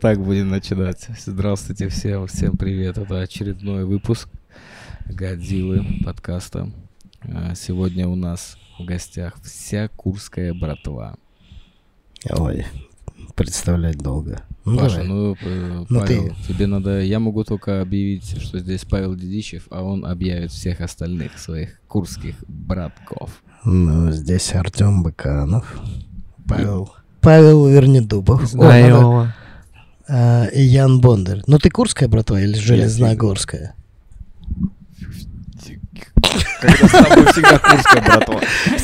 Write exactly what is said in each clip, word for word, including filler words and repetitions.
так будем начинать. Здравствуйте всем, всем привет. Это очередной выпуск Годзиллы подкаста. Сегодня у нас в гостях вся курская братва. Ой, представлять долго. Ну, Паша, давай. ну, э, ну Павел, ты... тебе надо... Я могу только объявить, что здесь Павел Дедичев, а он объявит всех остальных своих курских братков. Ну, здесь Артем Быканов, Павел... Павел Вернедубов. Здорово. А, и Ян Бондарь. Ну, ты курская братва или Железногорская? Когда с тобой всегда курская братва.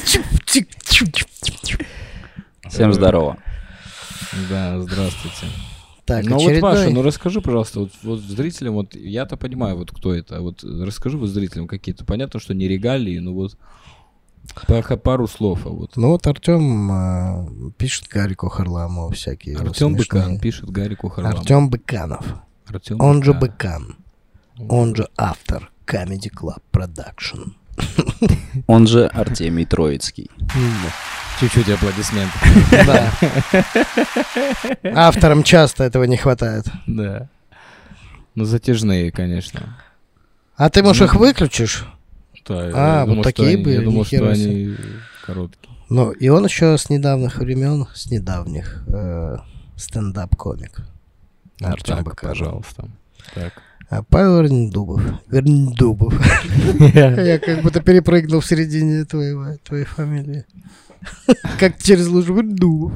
Всем здорово. Да, здравствуйте. Так, ну очередной... вот, Паша, ну расскажи, пожалуйста, вот, вот зрителям, вот я-то понимаю, вот кто это, вот расскажи вот зрителям какие-то, понятно, что не регалии, но вот пару слов, а вот. Ну вот Артем а, пишет Гарику Харламову всякие. Артем Быкан пишет Гарику Харламову. Артем Быканов. Артем он Быкан. же Быкан. Он же автор Comedy Club Production. Он же Артемий Троицкий. Чуть-чуть аплодисменты. Да. Авторам часто этого не хватает. Да. Ну, затяжные, конечно. А ты, может, их выключишь? Да, а, вот такие были. Я думал, что они короткие. Ну, и он еще с недавних времен, с недавних, э, стендап-комик. Артем Быканов, пожалуйста. Так. А Павел Вернедубов. Вернедубов. Я как будто перепрыгнул в середине твоего, твоей фамилии. Как через лужу. Вернедубов.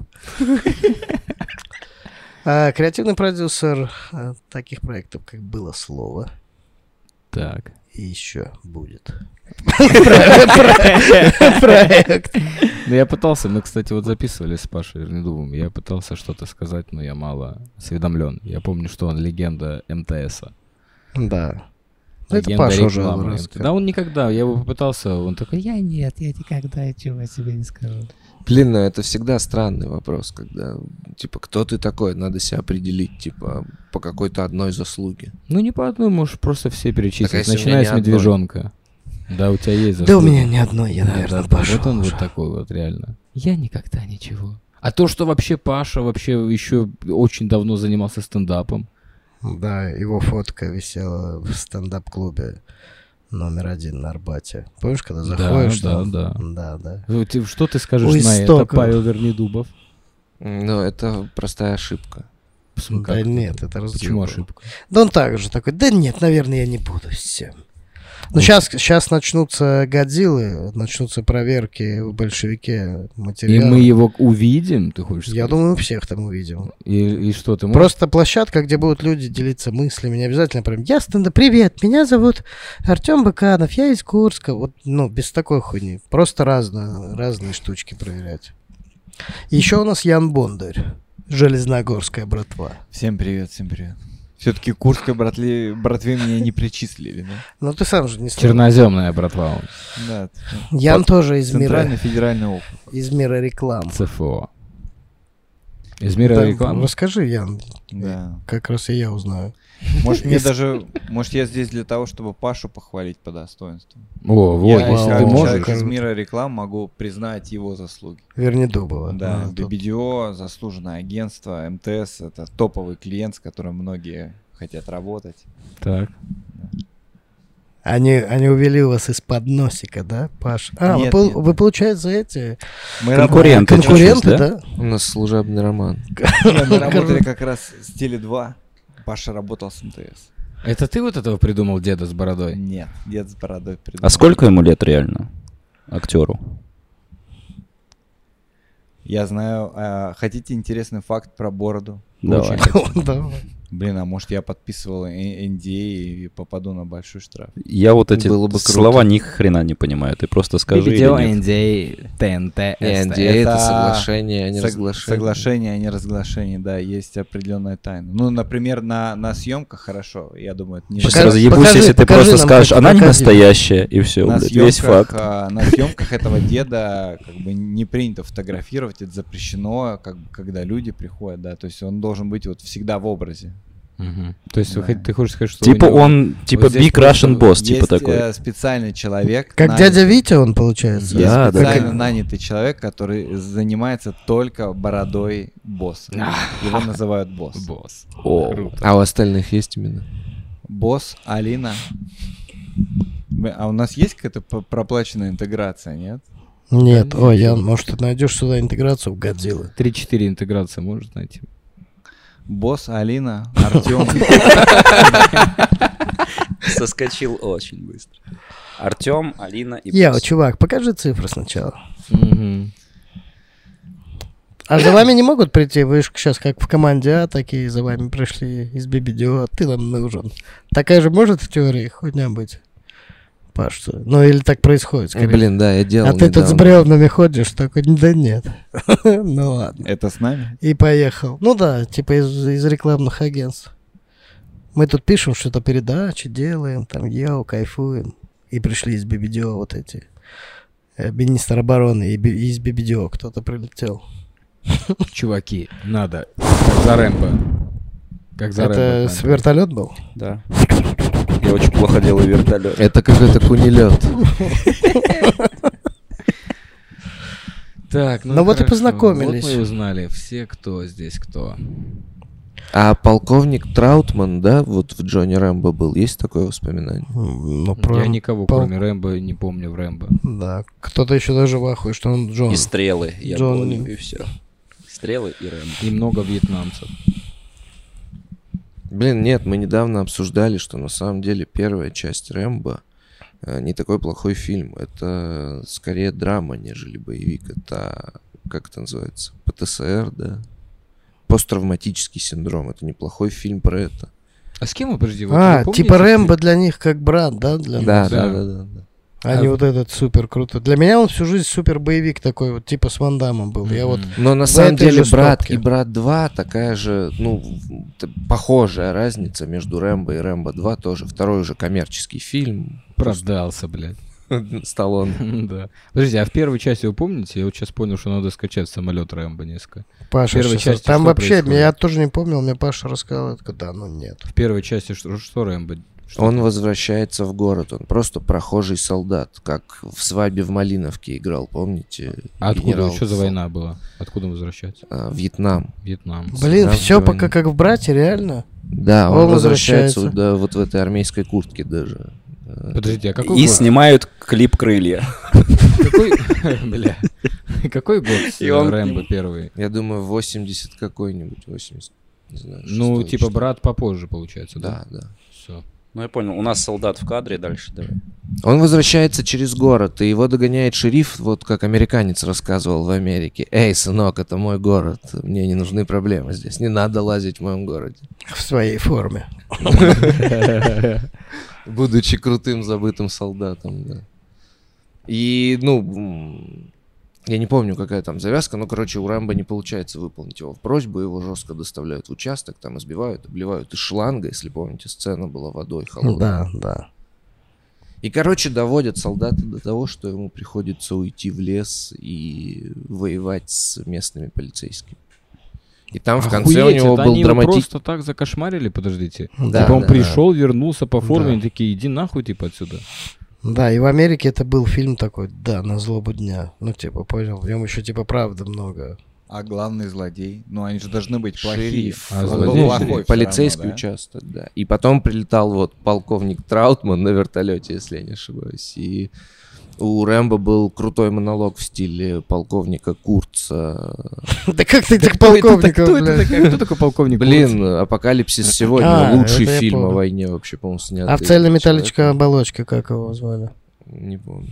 Креативный продюсер таких проектов, как «Было слово». Так. И еще будет. Проект. Ну, я пытался, мы, кстати, вот записывали с Пашей Вернедубовым, я пытался что-то сказать, но я мало осведомлен. Я помню, что он легенда МТСа. Да. Легенда это Паша уже рассказал. Да он никогда, я его попытался, он такой, я нет, я никогда ничего о себе не скажу. Блин, ну это всегда странный вопрос, когда, типа, кто ты такой, надо себя определить, типа, по какой-то одной заслуге. Ну не по одной, можешь просто все перечислить, так, начиная с медвежонка. Да, у тебя есть заслуги. Да у меня ни одной, я, наверное, да, Паша. Вот он уже. Вот такой вот, реально. Я никогда ничего. А то, что вообще Паша вообще еще очень давно занимался стендапом. Да, его фотка висела в стендап-клубе номер один на Арбате. Помнишь, когда заходишь? Да, там? да, да. Да, да. Ты, что ты скажешь у на это, Павел Вернедубов? Ну, это простая ошибка. Да как нет, это, это разъебало. Почему ошибка? Да он так же такой, да нет, наверное, я не буду всем. Ну, сейчас, сейчас начнутся Годзиллы, начнутся проверки в большевике материала. И мы его увидим, ты хочешь сказать? Я думаю, мы всех там увидим. И, и что ты можешь? Просто площадка, где будут люди делиться мыслями, не обязательно прям, я стендап, привет, меня зовут Артем Быканов, я из Курска. Вот, ну, без такой хуйни. Просто разно, разные штучки проверять. Еще у нас Ян Бондарь, Железногорская братва. Всем привет, всем привет. Все-таки курской братве, братве меня не причислили, да? Ну ты сам же не слышал. Черноземная братва. Да. Ян Под... тоже из мира... Центральный федеральный округ. Из мира рекламы. ЦФО. Из мира да, рекламы? Расскажи, Ян. Да. Как раз и я узнаю. Может, мне даже... Может, я здесь для того, чтобы Пашу похвалить по достоинству. О, вот, я, если как ты можешь... человек из мира рекламы могу признать его заслуги. Вернедубова. Да, а, би би ди о, заслуженное агентство, МТС — это топовый клиент, с которым многие хотят работать. Так. Да. Они, они увели вас из-под носика, да, Паш? А, нет, вы, нет. вы, получается, эти... Мы конкуренты. Конкуренты, чуть-чуть, да? да? У нас служебный роман. Нет, мы работали как раз с Теле два. Паша работал с МТС. Это ты вот этого придумал, деда с бородой? Нет, дед с бородой придумал. А сколько ему лет реально, актеру? Я знаю. А, хотите интересный факт про бороду? Давай. Давай. Блин, а может я подписывал эн ди эй и попаду на большой штраф? Я вот эти Было бы слова круто. ни хрена не понимаю. Ты просто скажи или Видео, нет. эн ди эй, ТНТ, И эн ди эй — это соглашение, а не Сог- разглашение. Соглашение, а не разглашение, да, есть определенная тайна. Ну, например, на, на съемках хорошо, я думаю, это не Сейчас Покажи- разъебусь, покажи- если ты покажи просто нам, скажешь, как она не крокодил. настоящая, и все, на блядь, весь съемках, факт. а, на съемках этого деда как бы не принято фотографировать, это запрещено, как бы, когда люди приходят, да, то есть он должен быть вот всегда в образе. Мгм. То есть Да. вы хот- ты хочешь сказать, что Типа у него- он, типа здесь Big просто Russian Boss, Есть типа такой. э, специальный человек. Как нанятый- дядя Витя он, получается. Есть Да, да, специально да. нанятый человек, который занимается только бородой босса. Его называют босс. Босс. О, Круто. А у остальных есть именно? Босс, Алина. Мы- А у нас есть какая-то п- проплаченная интеграция, нет? Нет, Да, ой, нет. Ян, может, ты найдешь сюда интеграцию в Годзиллы? три-четыре интеграции может найти. Босс, Алина, Артем. соскочил очень быстро. Артем, Алина и Я, Босс. чувак, покажи цифры сначала. Мгм. А за вами не могут прийти? Вы же сейчас как в команде А, такие за вами пришли из Бибидио, а ты нам нужен. Такая же может в теории хуйня быть? Паш, что? Ну или так происходит, скорее. Блин, да, я делал а ты тут с недавно. бревнами ходишь, такой, да нет. Ну ладно. Это с нами? И поехал. Ну да, типа из, из рекламных агентств. Мы тут пишем что-то передачи, делаем, там, йоу, кайфуем. И пришли из Бибидио вот эти. э, Министр обороны и Би- из Бибидио кто-то прилетел. Чуваки, надо. Как за Рэмбо. Как за Это Рэмбо. с вертолет был? Да. Я очень плохо делаю вертолет. Это какой-то кунилет. Так, ну Ну вот и хорошо. познакомились. Вот мы и узнали все, кто здесь кто. А полковник Траутман, да, вот в Джонни Рэмбо был. Есть такое воспоминание? Ну, про... Я никого, пол- кроме Рэмбо, не помню в Рэмбо. Да, кто-то еще даже в ахуе, что он Джон. И стрелы, я Джон- помню, и все. Стрелы и Рэмбо. И много вьетнамцев. Блин, нет, мы недавно обсуждали, что на самом деле первая часть Рэмбо э, не такой плохой фильм. Это скорее драма, нежели боевик. Это, как это называется, ПТСР, да? Посттравматический синдром. Это неплохой фильм про это. А с кем вы, подожди, вы А, не помните, типа с кем? Рэмбо для них как брат, да? Для Да, нас? да, Да. да, да, да. А не А- вот этот супер крутой. Для меня он всю жизнь супер боевик такой, вот типа с Ван Даммом был. Я вот Мгм. Но на В самом этой деле же брат стопке. и брат два такая же, ну, в- т- похожая разница между Рэмбо и Рэмбо два тоже. Второй уже коммерческий фильм. Продался, блядь. Сталлоне. Да. Подождите, а в первой части вы помните? Я вот сейчас понял, что надо скачать самолет Рэмбо несколько. Паша первой сейчас- части Там что вообще, происходит? я тоже не помнил, мне Паша рассказал. Я такой, да, ну нет. В первой части что, что Рэмбо? Что Он там? возвращается в город, он просто прохожий солдат, как в «Свадьбе в Малиновке» играл, помните? А откуда? Генерал Что за Фо- война была? Откуда он возвращается? А, Вьетнам. Вьетнам. Блин, Сразу все война. пока как в брате, реально. Да, он, Он возвращается, возвращается. вот, да, вот в этой армейской куртке даже. Э, Подождите, а какой И год? снимают клип «Крылья». Какой... Бля. Какой год И он к Рэмбо нему. первый? Я думаю, восемьдесят какой-нибудь, восемьдесят, не знаю. Ну, шестой, типа что ли. брат попозже, получается, да? Да, да. Все. Ну, я понял. У нас солдат в кадре, дальше давай. Он возвращается через город, и его догоняет шериф, вот как американец рассказывал в Америке. Эй, сынок, это мой город, мне не нужны проблемы здесь, не надо лазить в моем городе. В своей форме. Будучи крутым забытым солдатом, да. И, ну, м, я не помню, какая там завязка, но, короче, у Рэмбо не получается выполнить его в просьбу, его жестко доставляют в участок, там избивают, обливают из шланга, если помните, сцена была водой холодной. Да, да. И, короче, доводят солдата до того, что ему приходится уйти в лес и воевать с местными полицейскими. И там в конце у Охуеть, него это был они его драматический... просто так закошмарили, подождите. Да, Типа он да, пришел, вернулся по форме, Да. они такие, иди нахуй, типа, отсюда. Да, и в Америке это был фильм такой, да, на злобу дня. Ну, типа, понял, в нем еще, типа, правда много. А главный злодей? Ну, они же должны быть плохие. Шериф, А, Он злодей, был шериф. плохой всё полицейский равно, да? участок, да. И потом прилетал вот полковник Траутман на вертолете, если я не ошибаюсь. И у Рэмбо был крутой монолог в стиле полковника Курца. Да как ты этих Кто это полковников, так- кто это блядь? такой- кто такой полковник? Блин, «Апокалипсис сегодня» А, лучший это я фильм о помню. войне вообще, по-моему, снят. А в цельнометаллической оболочке, как его звали? Не помню.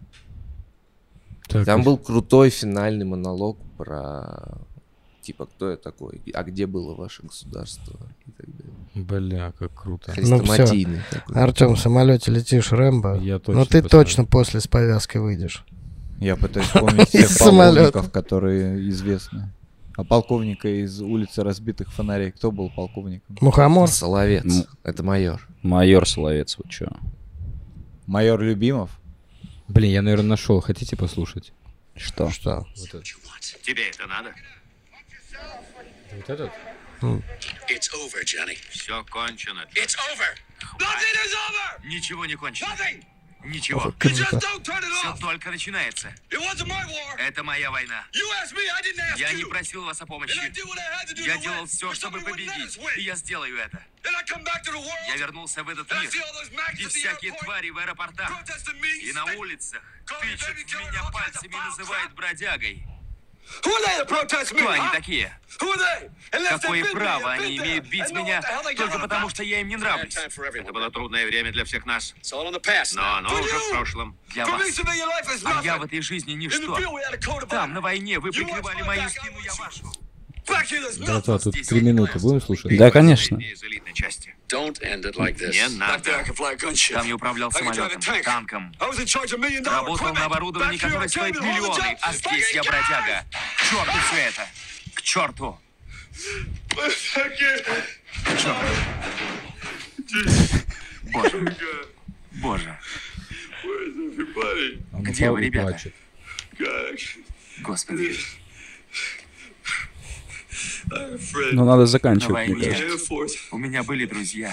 Так, Там был крутой финальный монолог про типа кто я такой, а где было ваше государство и так далее. Бля, как круто. Хрестоматийный такой. Артем, в самолете летишь, Рэмбо. Я точно Ну ты посмотрю. точно после с повязкой выйдешь. Я пытаюсь вспомнить всех Из самолёта. полковников, которые известны. А полковника из улицы разбитых фонарей, кто был полковником? Мухомор? Соловец. М. Это майор. Майор Соловец, вот чё. Майор Любимов? Блин, я, наверное, нашел. Хотите послушать? Что? Что? Вот этот. Тебе это надо? Вот этот? It's over, Johnny. Все кончено. It's over. Nothing is over. Ничего не кончено. Nothing. Ничего. You just don't turn it Все off. только начинается. It wasn't my war. Это моя война. You asked me, I didn't ask Я you. не просил вас о помощи. And I did what I had to do Я to делал win. все, But чтобы somebody wouldn't let us победить. win. И я сделаю это. Then I come back to the world. Я вернулся в этот And I мир. see all those maggots И at the всякие airport твари в аэропортах protesting me. и на They- улицах Call me тычут baby в killer, меня all kinds of пальцами и foul называют crap. бродягой. Who are they to protest me? Кто они huh? такие? Who are they? Unless Какое they've been право there, они been имеют there, бить and know меня what the hell they только got потому, about. что я им не нравлюсь? Time for everyone. Это было трудное время для всех нас. It's all in the past Но now. оно For уже в you. прошлом. Для For me, вас. civilian life is А я в nothing. этой жизни In the ничто. field, we had a code of Там, honor. на войне, вы You watch прикрывали my мою back, I спину, watch я you. вашу. Back here, there's Братва, nothing. тут Здесь три вот минуты. класс. Будем слушать? Да, конечно. Из элитной части. Don't end it like this. Не Back надо. there, I can fly a gunship. Там я управлял I can drive a самолетом, tank. танком. I was in charge of million dollar Работал на equipment. оборудовании, Back here, которое I стоит came and hauled the миллионы, jobs. а здесь я Fucking бродяга. К черту все это. К черту. К черту. Боже. Боже. Он Где упал вы, и ребята? плачет. Господи. Ну, надо На заканчивать, мне войне кажется. у меня были друзья.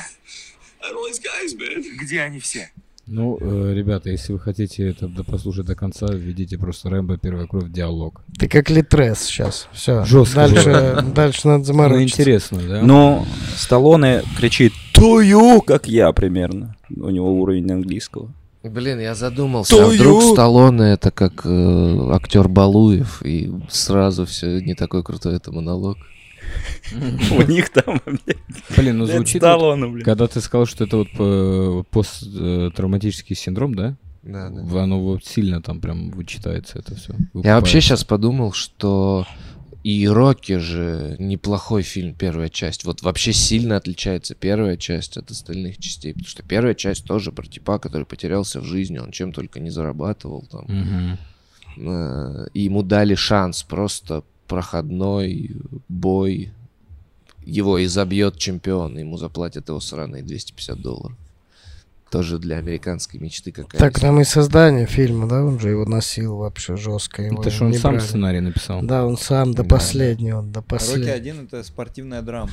Где они все? Ну, э, ребята, если вы хотите это до- послушать до конца, введите просто Рэмбо «Первая кровь» диалог. Ты как Литрес сейчас. Все. Жестко Дальше, дальше надо Ну, заморочиться. интересно, да? Но Сталлоне кричит «Тую!», как я примерно. У него уровень английского. Блин, я задумался, а вдруг Сталлоне это как э, актер Балуев, и сразу все не такой крутой это монолог. У них там, блядь, Блин, ну звучит, вот, Сталлоне, блядь. когда ты сказал, что это вот по- посттравматический синдром, да? Да, да. В- Оно вот сильно там прям вычитается это все. Я вообще сейчас подумал, что и Рокки же неплохой фильм, первая часть. Вот вообще сильно отличается первая часть от остальных частей. Потому что первая часть тоже про типа, который потерялся в жизни, он чем только не зарабатывал там. Э, И ему дали шанс, просто проходной бой. Его изобьет чемпион, ему заплатят его сраные двести пятьдесят долларов. Тоже для американской мечты какая-то. Так, там и создание фильма, да, он же его носил вообще жестко. Его Это же он не сам брали. сценарий написал. Да, он сам до Да. последнего, до Рокки последнего. один это спортивная драма.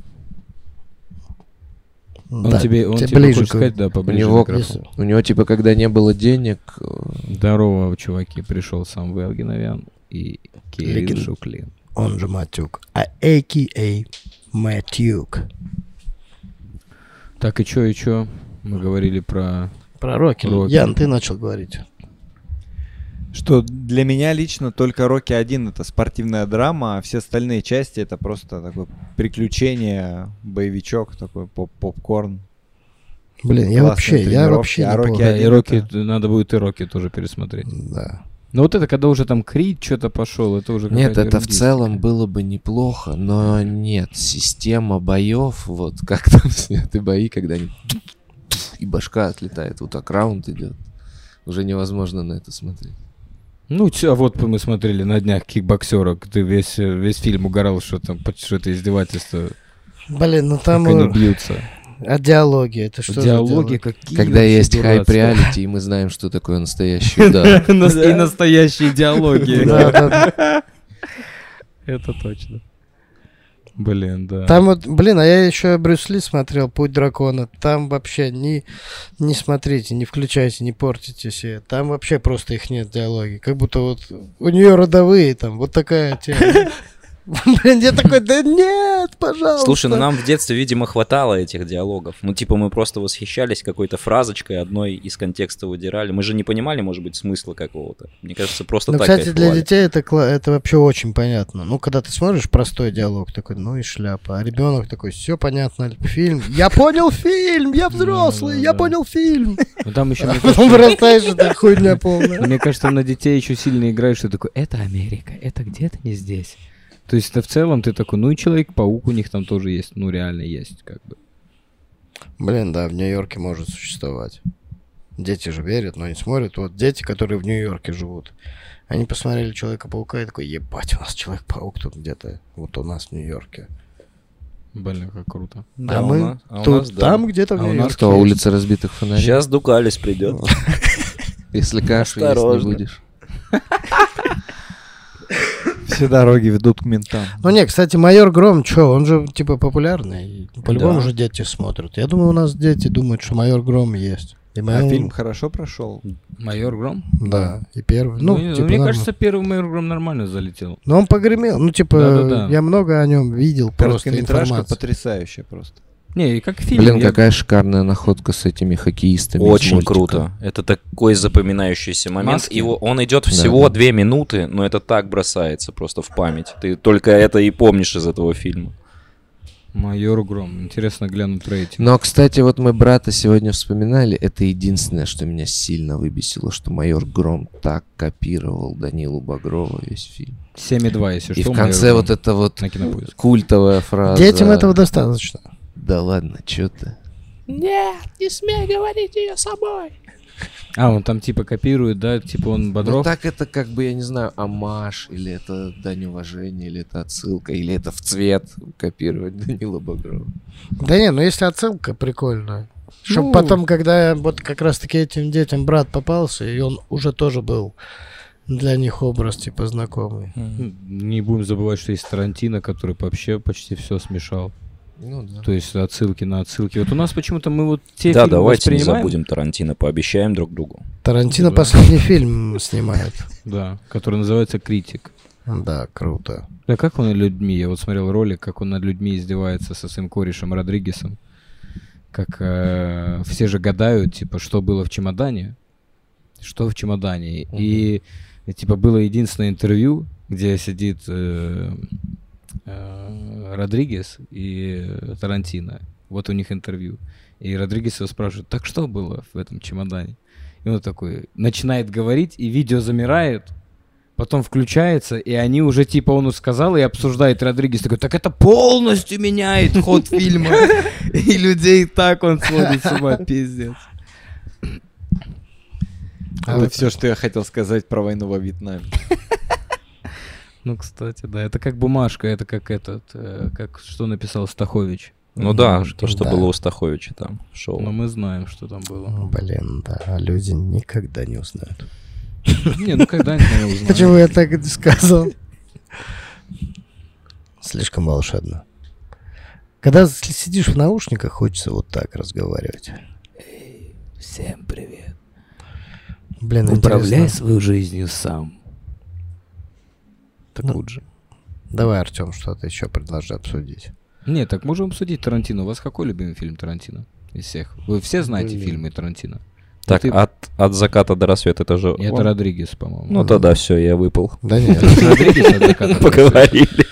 Он Да, тебе, он тебе тебе ближе хочет говорю. сказать, да, У поближе него, микрофон. у него, типа, когда не было денег, э, Здорово, чуваки, пришел сам Вэл Геновян и Кирилл Легенд- Шуклин. Он же Матюк. А а ка а Матюк. Так, и чё, и чё? Мы говорили про... Про Рокки. Рокки. Ян, ты начал говорить. Что для меня лично только Рокки один это спортивная драма, а все остальные части это просто такое приключение, боевичок, такой поп попкорн. Блин, я Классные вообще, я тренировки, вообще а не Рокки помню. Да, и один Рокки, это- надо будет и Рокки тоже пересмотреть. Да. Но вот это, когда уже там Крид что-то пошел, это уже Нет, какая-то это в ерундистика. целом было бы неплохо, но нет, система боев, вот как там сняты бои, когда они и башка отлетает, вот так раунд идет, уже невозможно на это смотреть. Ну, чё, а вот мы смотрели на днях кикбоксера, ты весь, э, весь фильм угорал, что там, что это издевательство, Блин, ну там как они э, бьются. а диалоги, это что за Диалоги диалоги? какие Когда вообще есть дурацкие. хайп-реалити, и мы знаем, что такое настоящий удар. И настоящие диалоги. Да, да, да. Это точно. Блин, да. Там вот, блин, а я еще Брюс Ли смотрел «Путь дракона». Там вообще не, не смотрите, не включайте, не портите себе. Там вообще просто их нет диалоги. Как будто вот у нее родовые там, вот такая тема. Блин, я такой, да нет, пожалуйста. Слушай, ну нам в детстве, видимо, хватало этих диалогов. Ну, типа, мы просто восхищались какой-то фразочкой, одной из контекста выдирали. Мы же не понимали, может быть, смысла какого-то. Мне кажется, просто Ну, так кстати, для кайфовали. детей это, кла- это вообще очень понятно. Ну, когда ты смотришь простой диалог, такой, ну и шляпа. А ребенок такой, все понятно, фильм. Я понял фильм, я взрослый, Да, я да. понял фильм. Ну, там еще, мне Потом кажется, вырастаешь, это хуйня полная. мне кажется, на детей еще сильно играет, что такое, это Америка, это где-то не здесь. То есть это в целом ты такой, ну и Человек-паук у них там тоже есть, ну реально есть, как бы. Блин, да, в Нью-Йорке может существовать. Дети же верят, но не смотрят. Вот дети, которые в Нью-Йорке живут, они посмотрели Человека-паука и такой, ебать, у нас Человек-паук тут где-то, вот у нас в Нью-Йорке. Блин, как круто. Да, а у мы нас- а у тут, нас, да. там где-то в А у нас Нью-Йорке. Что, есть. улица разбитых фонарей? Сейчас Дукалис придет. Если кашу есть, не Осторожно. будешь. Все дороги ведут к ментам. Ну не, кстати, майор Гром, что, он же типа популярный. По-любому Да. же дети смотрят. Я думаю, у нас дети думают, что майор Гром есть. И А майор- фильм хорошо прошел. Майор Гром? Да, и первый. Ну, Ну, не- типа, мне нормально. кажется, первый Майор Гром нормально залетел. Но он погремел. Ну, типа, Да-да-да. я много о нем видел, просто Короткометражка информации. потрясающая просто. Не, и как фильм. Блин, я- какая шикарная находка с этими хоккеистами. из Очень мультика. круто. Это такой запоминающийся момент. Маски? Его, он идет Да, всего да. две минуты, но это так бросается просто в память. Ты только это и помнишь из этого фильма. Майор Гром. Интересно глянуть рейтинг. Но, кстати, вот мы брата сегодня вспоминали, это единственное, что меня сильно выбесило, что майор Гром так копировал Данилу Багрова весь фильм. семь и два, если И что. в конце «Майор вот Гром» это вот на Кинопоиск. культовая фраза. Детям этого достаточно. Да ладно, чё ты? А, он там типа копирует, да? Типа он Ну Бодров? так это как бы, я не знаю, омаж, или это дань уважения, или это отсылка, или это в цвет копировать Данила Багрова. Да не, ну если отсылка прикольная. Чтоб Ну. потом, когда вот как раз-таки этим детям брат попался, и он уже тоже был для них образ, типа, знакомый. Ну, Не будем забывать, что есть Тарантино, который вообще почти все смешал. Ну да. То есть отсылки на отсылки. Вот у нас почему-то мы вот те да, фильмы давайте не воспринимаем, забудем Тарантино, пообещаем друг другу. Тарантино Да. последний фильм снимает. да, который называется «Критик». Да, круто. Да как он над людьми? Я вот смотрел ролик, как он над людьми издевается со своим корешем Родригесом. Как э, все же гадают, типа, что было в чемодане. Что в чемодане. И, и, типа, было единственное интервью, где сидит э, э, Родригес и Тарантино. Вот у них интервью. И Родригес его спрашивает, так что было в этом чемодане? И он такой начинает говорить, и видео замирает, потом включается, и они уже, типа, он сказал, и обсуждает Родригес, такой, так это полностью меняет ход фильма. И людей так он сводит с ума, пиздец. А Это вот- все, что я хотел сказать про войну во Вьетнаме. Ну, кстати, да, это как бумажка, это как этот, э, как что написал Стахович. Ну да, то, что Да. было у Стаховича там в шоу. Но мы знаем, что там было. Блин, да, а люди никогда не узнают. Не, ну когда-нибудь, наверное, узнаем. Почему я так это сказал? Слишком волшебно. Когда с- сидишь в наушниках, хочется вот так разговаривать. Всем привет. Блин, Управляй интересно. свою жизнью сам. Так Ну, вот же. Давай, Артем, что-то еще предложи обсудить. Не, так можем обсудить Тарантино. У вас какой любимый фильм Тарантино из всех? Вы все знаете Блин. фильмы Тарантино? Так, ты- от, от заката до рассвета это же Это он? Родригес, по-моему. Ну тогда все, я выпал. Да нет, Родригес от заката до рассвета. Поговорили.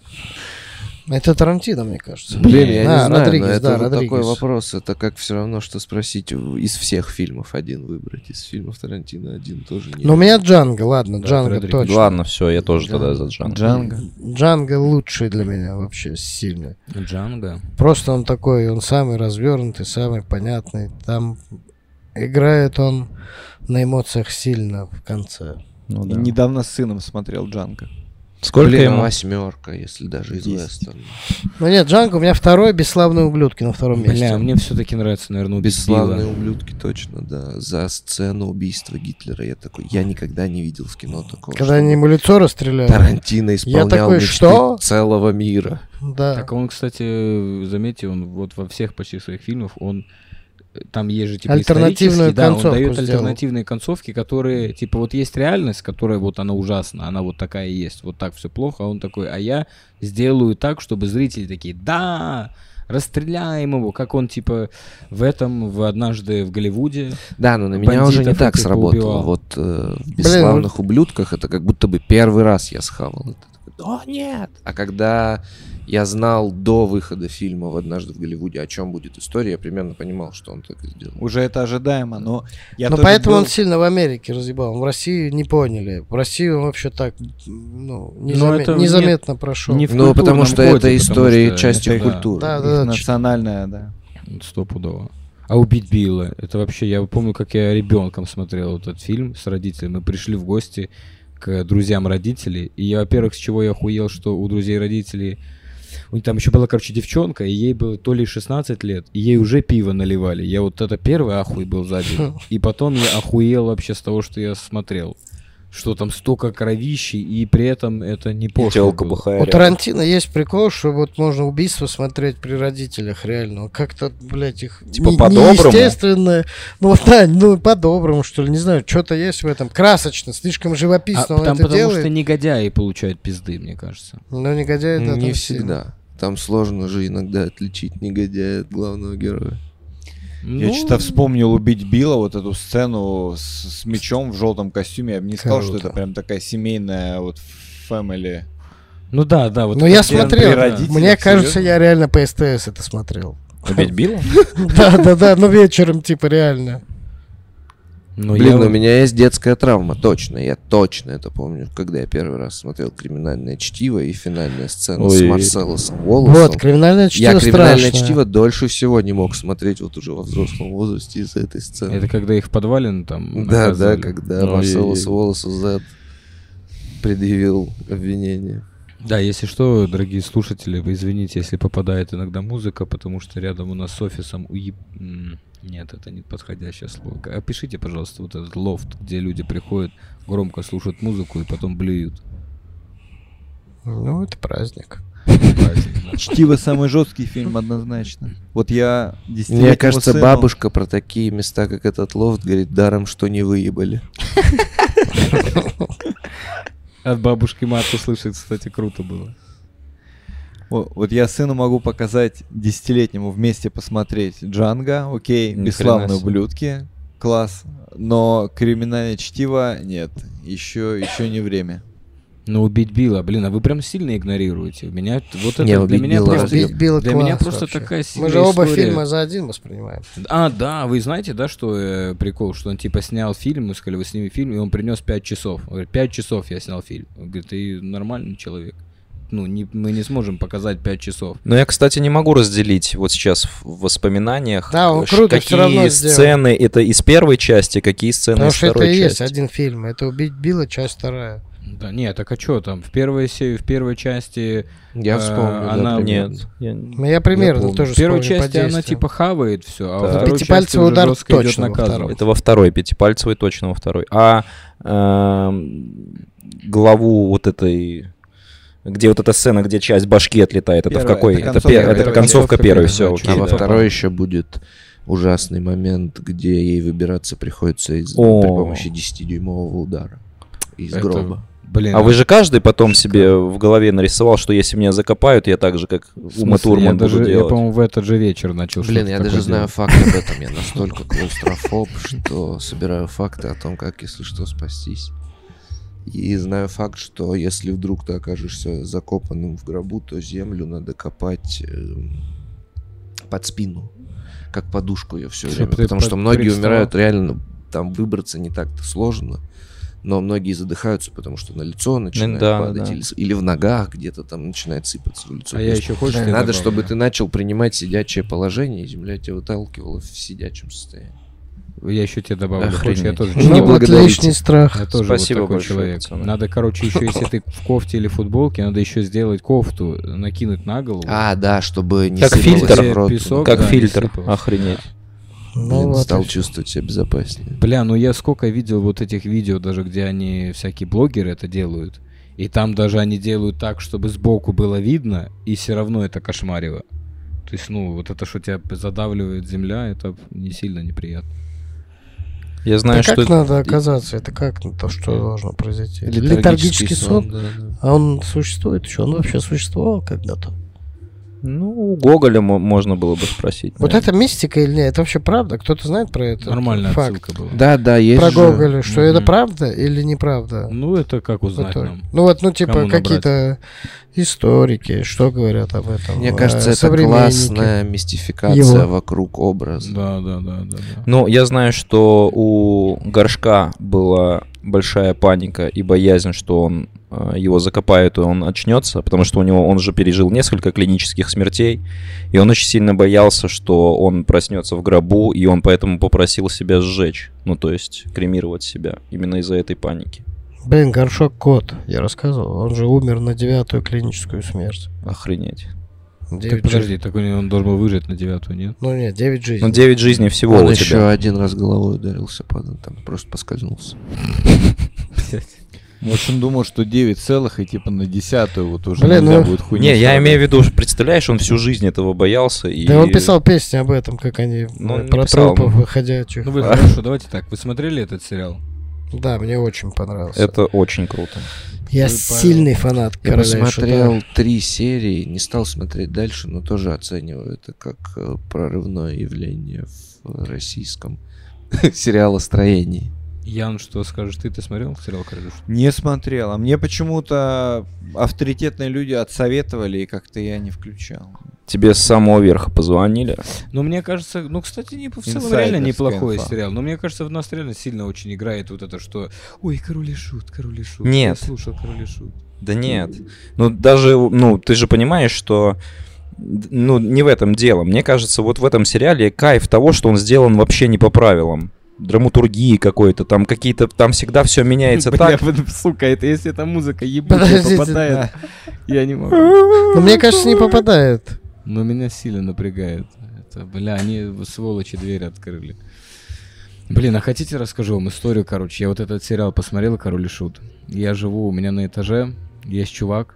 это Тарантино, мне кажется. Блин, я А, не знаю, Родригес, но это да, вот такой Родригес. вопрос. Это как все равно, что спросить в- из всех фильмов один выбрать. Из фильмов Тарантино один тоже не. Ну, у меня Джанго, ладно, Да, Джанго Родригес. точно. Ладно, все, я тоже Джанго. тогда за Джанго. Джанго. Джанго лучший для меня вообще сильный. Джанго. Просто он такой, он самый развернутый, самый понятный. Там играет он на эмоциях сильно в конце. Ну, И да. недавно с сыном смотрел Джанго. Сколько Блин, ему? восьмерка, если даже из Десять. вестерна. Ну нет, Джанго у меня второй, бесславные ублюдки на втором месте. Бля, мне все-таки нравится, наверное, убить Бесславные Билла. ублюдки, точно, да. За сцену убийства Гитлера я такой, я никогда не видел в кино такого. Когда чтобы они ему лицо расстреляли. Тарантино исполнял такой, мечты что? целого мира. Да. Так он, кстати, заметьте, он вот во всех почти своих фильмах, он там есть же типа Альтернативную исторические, да, он концовку дает сделал. альтернативные концовки, которые, типа, вот есть реальность, которая вот она ужасна, она вот такая и есть, вот так все плохо, а он такой, а я сделаю так, чтобы зрители такие, да, расстреляем его, как он, типа, в этом, в «Однажды в Голливуде». Да, но на меня уже не Бандитов так этих сработало. поубивал. Вот э, в «Бесславных ублюдках» это как будто бы первый раз я схавал это. Такой, О, нет! А когда я знал до выхода фильма в «Однажды в Голливуде», о чем будет история, я примерно понимал, что он так и сделал. Уже это ожидаемо, но я Но тоже поэтому был- он сильно в Америке разъебал. В России не поняли. В России он вообще так, ну, Но незаме- это незаметно прошел. не в Ну, потому культурном что коде, это потому история что части это, да, культуры. Да, их да, да. национальная, да. Стопудово. А «Убить Билла», это вообще, я помню, как я ребенком смотрел этот фильм с родителями. Мы пришли в гости к друзьям родителей. И я, во-первых, с чего я охуел, что у друзей родителей... У них там еще была, короче, девчонка, и ей было то ли шестнадцать лет, и ей уже пиво наливали. Я вот это первый ахуй был сзади. И потом я охуел вообще с того, что я смотрел. что там столько кровищи, и при этом это не пошло Тёлка было. бухая У рядом. Тарантино есть прикол, что вот можно убийство смотреть при родителях, реально. Как-то, блядь, их Типа не- по-доброму? неестественно. Ну, вот, да, ну, по-доброму, что ли, не знаю, что-то есть в этом. Красочно, слишком А живописно он там это потому делает. что негодяи получают пизды, мне кажется. Но негодяй, да, Не там всегда. Там сложно же иногда отличить негодяя от главного героя. Я Ну, что-то вспомнил «Убить Билла», вот эту сцену с, с мечом в желтом костюме. Я бы не сказал, что Круто. это прям такая семейная вот family. Ну да, да. Вот Ну, я это прям смотрел. при родителях, Мне кажется, серьезно? я реально по СТС это смотрел. Убить Билла? Да, да, да, ну вечером, типа, реально. Ну, Блин, я у вот- меня есть детская травма, точно. Я точно это помню, когда я первый раз смотрел «Криминальное чтиво» и финальная сцена с Ой. Марселосом Уоллесом. Вот, криминальное чтиво Я «Криминальное страшное. чтиво» дольше всего не мог смотреть вот уже во взрослом возрасте из-за этой сцены. Это когда их в подвале ну, там Да, наказали. да, когда Ой. Марселос Уоллесу Зед предъявил обвинение. Да, если что, дорогие слушатели, вы извините, если попадает иногда музыка, потому что рядом у нас с офисом уеб... м, Нет, это не подходящее слово. Опишите, пожалуйста, вот этот лофт, где люди приходят, громко слушают музыку и потом блюют. Ну, это праздник. Праздник, да. «Чтиво» самый жесткий фильм, однозначно. Вот я десятилетнему Мне кажется, сыну- бабушка про такие места, как этот лофт, говорит, даром, что не выебали. От бабушки мат услышать, кстати, круто было. О, Вот я сыну могу показать десятилетнему вместе посмотреть «Джанго», окей, Ни хрена «Бесславные себе. ублюдки», класс, но «Криминальное чтиво» нет, еще, еще не время. Ну, убить Билла, блин, а вы прям сильно игнорируете. У меня вот это Не, для «Убить меня Билла» просто, разве- Убить Билла для меня класс просто вообще. такая Мы сильная же оба история. фильма за один воспринимаем. А, да, вы знаете, да, что э, прикол, что он типа снял фильм, мы сказали, вы сняли фильм, и он принес пять часов. Он говорит, пять часов я снял фильм. Он говорит, ты нормальный человек. Ну, не, мы не сможем показать пять часов. Но я, кстати, не могу разделить вот сейчас в воспоминаниях, Да, он ш- круто какие всё равно сделал. сцены это из первой части, какие сцены Потому из что это второй и есть части. один фильм. Это «Убить Билла», часть вторая. Да, нет, так а что там? В первой, се- в первой части... Я э, вспомню, да, она... примерно. Нет, я- Ну, я примерно помню. тоже В первой вспомню по части она действиям. типа хавает все, а во Так. второй части Пятипальцевый уже удар жестко идет точно во наказывать. втором. это во второй, пятипальцевый точно во второй. А эм, главу вот этой, где вот эта сцена, где часть башки отлетает, это в Первая, какой? это Это, концовка пер- это первой, концовка концовка первой, первой, все, да, окей. А во да. второй еще будет ужасный момент, где ей выбираться приходится из, О. при помощи десятидюймового удара из Это- гроба. Блин, А вы же каждый потом себе в голове нарисовал, что если меня закопают, я так же, как в смысле, Ума Турман я, буду даже, я, делать. по-моему, в этот же вечер начал Блин, что-то я такое даже знаю делать. факт об этом. Я настолько клаустрофоб, что собираю факты о том, как, если что, спастись. И знаю факт, что если вдруг ты окажешься закопанным в гробу, то землю надо копать эм, под спину, как подушку ее все Чтоб время. ты Потому что под- многие привставал. умирают реально, там выбраться не так-то сложно. Но многие задыхаются, потому что на лицо начинает да, падать, да. или, с- или в ногах где-то там начинает сыпаться в лицо. А То я есть еще хочешь тебе надо, добавлю? чтобы ты начал принимать сидячее положение, и земля тебя выталкивала в сидячем состоянии. Я еще тебе добавлю. Охренеть. Хочешь, я тоже Не Ну, человек. вот благодарите. лишний страх. Я тоже Спасибо вот такой большое, человек. пацаны. Надо, короче, еще если ты в кофте или футболке, надо еще сделать кофту, накинуть на голову. А, да, чтобы не Как сыпалось фильтр. в рот. Песок, Как да, не фильтр, сыпалось. охренеть. Ну, Блин, вот стал и всё. чувствовать себя безопаснее. Бля, ну я сколько видел вот этих видео, даже где они, всякие блогеры это делают. И там даже они делают так, чтобы сбоку было видно, и все равно это кошмарево. То есть, ну, вот это, что тебя задавливает земля, это не сильно неприятно. Я знаю, Да что... как надо оказаться? Это как то, что должно произойти? Летаргический Летаргический сон? да, да. А он существует еще? Он вообще существовал когда-то? Ну, у Гоголя мо- можно было бы спросить. Вот наверное. это мистика или нет? Это вообще правда? Кто-то знает про это? Нормальная Факт. отсылка была. Да, да, есть Про же. Гоголя, что это Мгм. правда или неправда? Ну, это как узнать Вот, нам. ну вот, ну типа Кому набрать? какие-то историки, что говорят об этом? Мне э, кажется, это современники. классная мистификация Его. вокруг образа. Да, да, да, да, да. Ну, я знаю, что у Горшка была большая паника и боязнь, что он э, его закопают и он очнется, потому что у него он же пережил несколько клинических смертей, и он очень сильно боялся, что он проснется в гробу, и он поэтому попросил себя сжечь, ну то есть кремировать себя именно из-за этой паники. Блин, Горшок кот, я рассказывал. Он же умер на девятую клиническую смерть. Охренеть. Так Девять подожди, жи- так он должен был выжить на девятую, нет? Ну нет, девять жизней. Ну, девять жизней всего Он у еще тебя. один раз головой ударился, падал, там просто поскользнулся. В общем, думал, что девять целых и типа на десятую вот уже Блин, нельзя ну- будет хуйню. Не, я ставить. имею в виду, представляешь, он всю жизнь этого боялся. И... Да он писал песни об этом, как они Ну, э, не про писал, трупов ну. выходящих. Ну вы хорошо, давайте так. Вы смотрели этот сериал? Да, мне очень понравился. Это очень круто. Я Вы, сильный фанат Я Короля и посмотрел Шута. три серии, не стал смотреть дальше, но тоже оцениваю это как э, прорывное явление в российском сериалостроении. Ян, что скажешь ты? Ты смотрел сериал «Король и Шут»? Не смотрел. А мне почему-то авторитетные люди отсоветовали, и как-то я не включал. Тебе с самого верха позвонили. Ну, мне кажется, ну, кстати, не, в целом Инсайдерская реально неплохой инфа. сериал. Но мне кажется, в нас реально сильно очень играет вот это, что «Ой, Король и Шут, Король и Шут». Нет. Я слушал «Король и Шут». Да нет. Ну, даже, ну, ты же понимаешь, что ну, не в этом дело. Мне кажется, вот в этом сериале кайф того, что он сделан вообще не по правилам. Драматургии какой-то, там какие-то, там всегда все меняется Бля, так. вот, сука, это если эта музыка ебучая Подождите, попадает, я не могу. Но мне кажется, не попадает. Но меня сильно напрягает. Это, бля, они сволочи двери открыли. Блин, а хотите расскажу вам историю, короче? Я вот этот сериал посмотрел, «Король и Шут». Я живу, у меня на этаже есть чувак,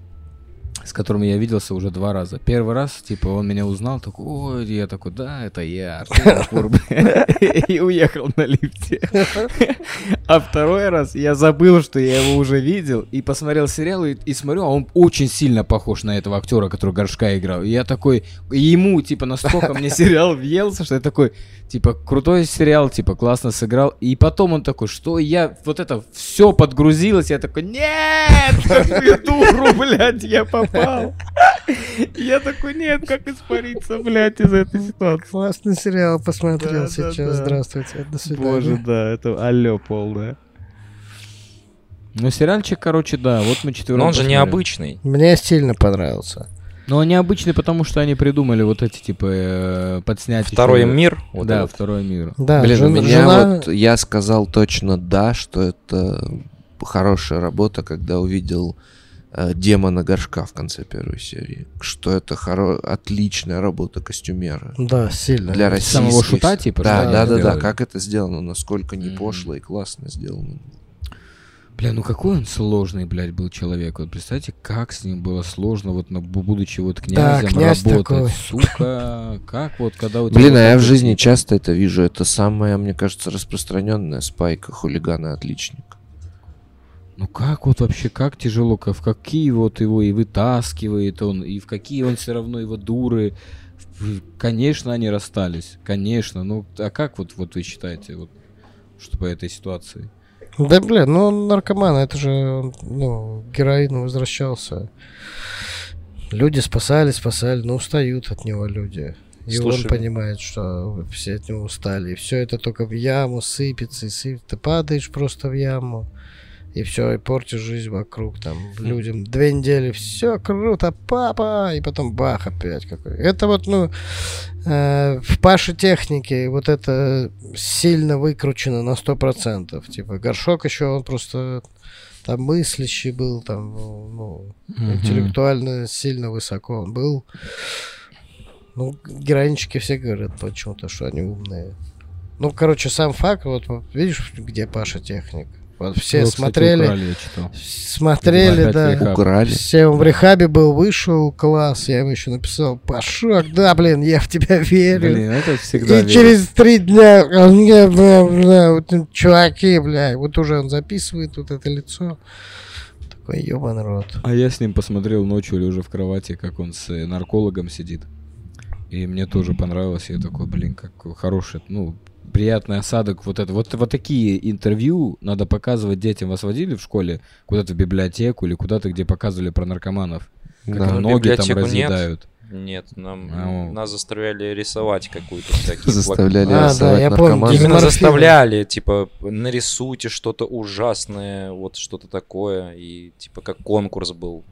с которым я виделся уже два раза. Первый раз, типа, он меня узнал, такой, ой, я такой, да, это я, Артем Курб. И уехал на лифте. А второй раз я забыл, что я его уже видел, и посмотрел сериал, и, и смотрю, а он очень сильно похож на этого актера, который Горшка играл. И я такой, и ему, типа, настолько мне сериал въелся, что я такой, типа, крутой сериал, типа, классно сыграл. И потом он такой, что я, вот это все подгрузилось, я такой, нет, какую дуру, блядь, я попал. Я такой, нет, как испариться, блядь, из этой ситуации. Классный сериал посмотрел Да, да, сейчас. да. Здравствуйте, до свидания. Боже, да, это алло полное. Ну, сериальчик, короче, да, вот мы четвером Но он же посмотрели. необычный. Мне сильно понравился. Но он необычный, потому что они придумали вот эти, типа, э, подснять... Второй ещё- мир. Вот да, этот. второй мир. Да, Блин, у жен- меня жена... вот, я сказал точно да, что это хорошая работа, когда увидел э, демона Горшка в конце первой серии. Что это хоро- отличная работа костюмера. Да, сильно. Для российских... Самого Шута, типа, Да, что да, они да, да, сделали? как это сделано, насколько не Мгм. пошло и классно сделано. Бля, ну какой он сложный, блядь, был человек. Вот представьте, как с ним было сложно, вот на- будучи вот князем, князь работать. такой. Сука, как вот, когда у тебя... Блин, вот а я в такой жизни тип- часто это вижу. Это самая, мне кажется, распространенная спайка хулигана-отличник. Ну как вот вообще, как тяжело, ка- в какие вот его и вытаскивает он, и в какие он все равно его дуры. В- Конечно, они расстались, конечно. Ну, а как вот, вот вы считаете, вот, что по этой ситуации? Да, бля, ну он наркоман, это же, он, ну, к героину возвращался. Люди спасали, спасали, но устают от него люди. И Слушай, он понимает, что все от него устали. И все это только в яму сыпется и сыпется. Ты падаешь просто в яму. И все, и портишь жизнь вокруг там людям. Две недели, все круто, папа, и потом бах опять какой. Это вот, ну, э, в Паше технике вот это сильно выкручено на сто процентов. Типа Горшок еще, он просто там мыслящий был, там, ну, интеллектуально сильно высоко он был. Ну, героинчики все говорят почему-то, что они умные. Ну, короче, сам факт, вот видишь, где Паша техник. Вот все Его, кстати, смотрели, украли, я читал. смотрели, Опять да. рехаб. Украли. Все, он в рехабе был, вышел, класс. Я ему еще написал, Пашок, да, блин, я в тебя верю. Блин, это всегда... И верю. через три дня, он мне, бля, бля, вот эти чуваки, бля, вот уже он записывает вот это лицо. Такой ебаный рот. А я с ним посмотрел ночью, лежа в кровати, как он с э, наркологом сидит. И мне тоже понравилось. Я такой, блин, как хороший, ну, приятный осадок. Вот это, вот, вот такие интервью надо показывать детям. Вас водили в школе куда-то в библиотеку или куда-то, где показывали про наркоманов? Как Да. им Ну, ноги там библиотеку нет. разъедают. Нет, нам Ау. нас заставляли рисовать какую-то всякие Заставляли А, рисовать да, я помню. наркоманов. Именно Морфин. заставляли, типа, нарисуйте что-то ужасное, вот что-то такое, и типа как конкурс был.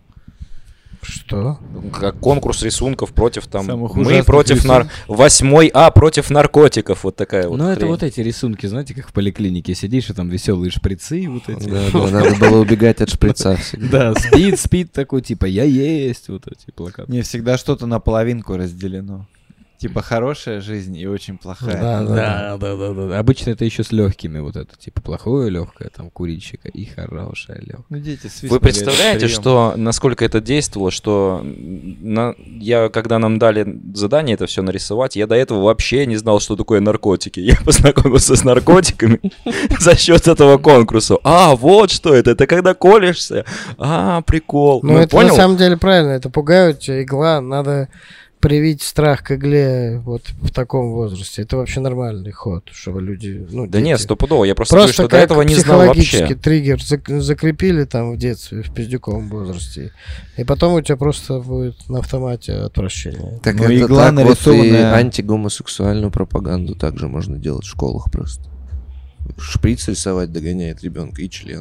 Что? Как конкурс рисунков против там... Самых Мы ужасных против нар... восьмой А против наркотиков, вот такая вот Ну, это хрень. вот эти рисунки, знаете, как в поликлинике сидишь, и там веселые шприцы вот эти. Да, да, надо было убегать от шприца всегда. Да, спит, спит такой, типа, я есть, вот эти плакаты. Не всегда что-то наполовинку разделено. Типа хорошая жизнь и очень плохая. Да, да, Да, да, да, да. Обычно это еще с легкими вот это, типа плохое легкое, там курильщика и хорошее легкое. Ну, дети Вы свистнули представляете, этот прием. что насколько это действовало, что на, я, когда нам дали задание это все нарисовать, я до этого вообще не знал, что такое наркотики. Я познакомился с наркотиками за счет этого конкурса. А, вот что это, это когда колешься. А, прикол. Ну, Ну, это понял? на самом деле правильно, это пугают тебя, игла, надо привить страх к игле вот в таком возрасте. Это вообще нормальный ход, чтобы люди... Ну, Да дети- нет, стопудово. Я просто, говорю, Просто что как до этого не знал психологический вообще. триггер зак- закрепили там в детстве, в пиздюковом возрасте. И потом у тебя просто будет на автомате отвращение. Так Ну, это игла так вот и нарисованная- антигомосексуальную пропаганду также можно делать в школах просто. Шприц рисовать догоняет ребенка и член.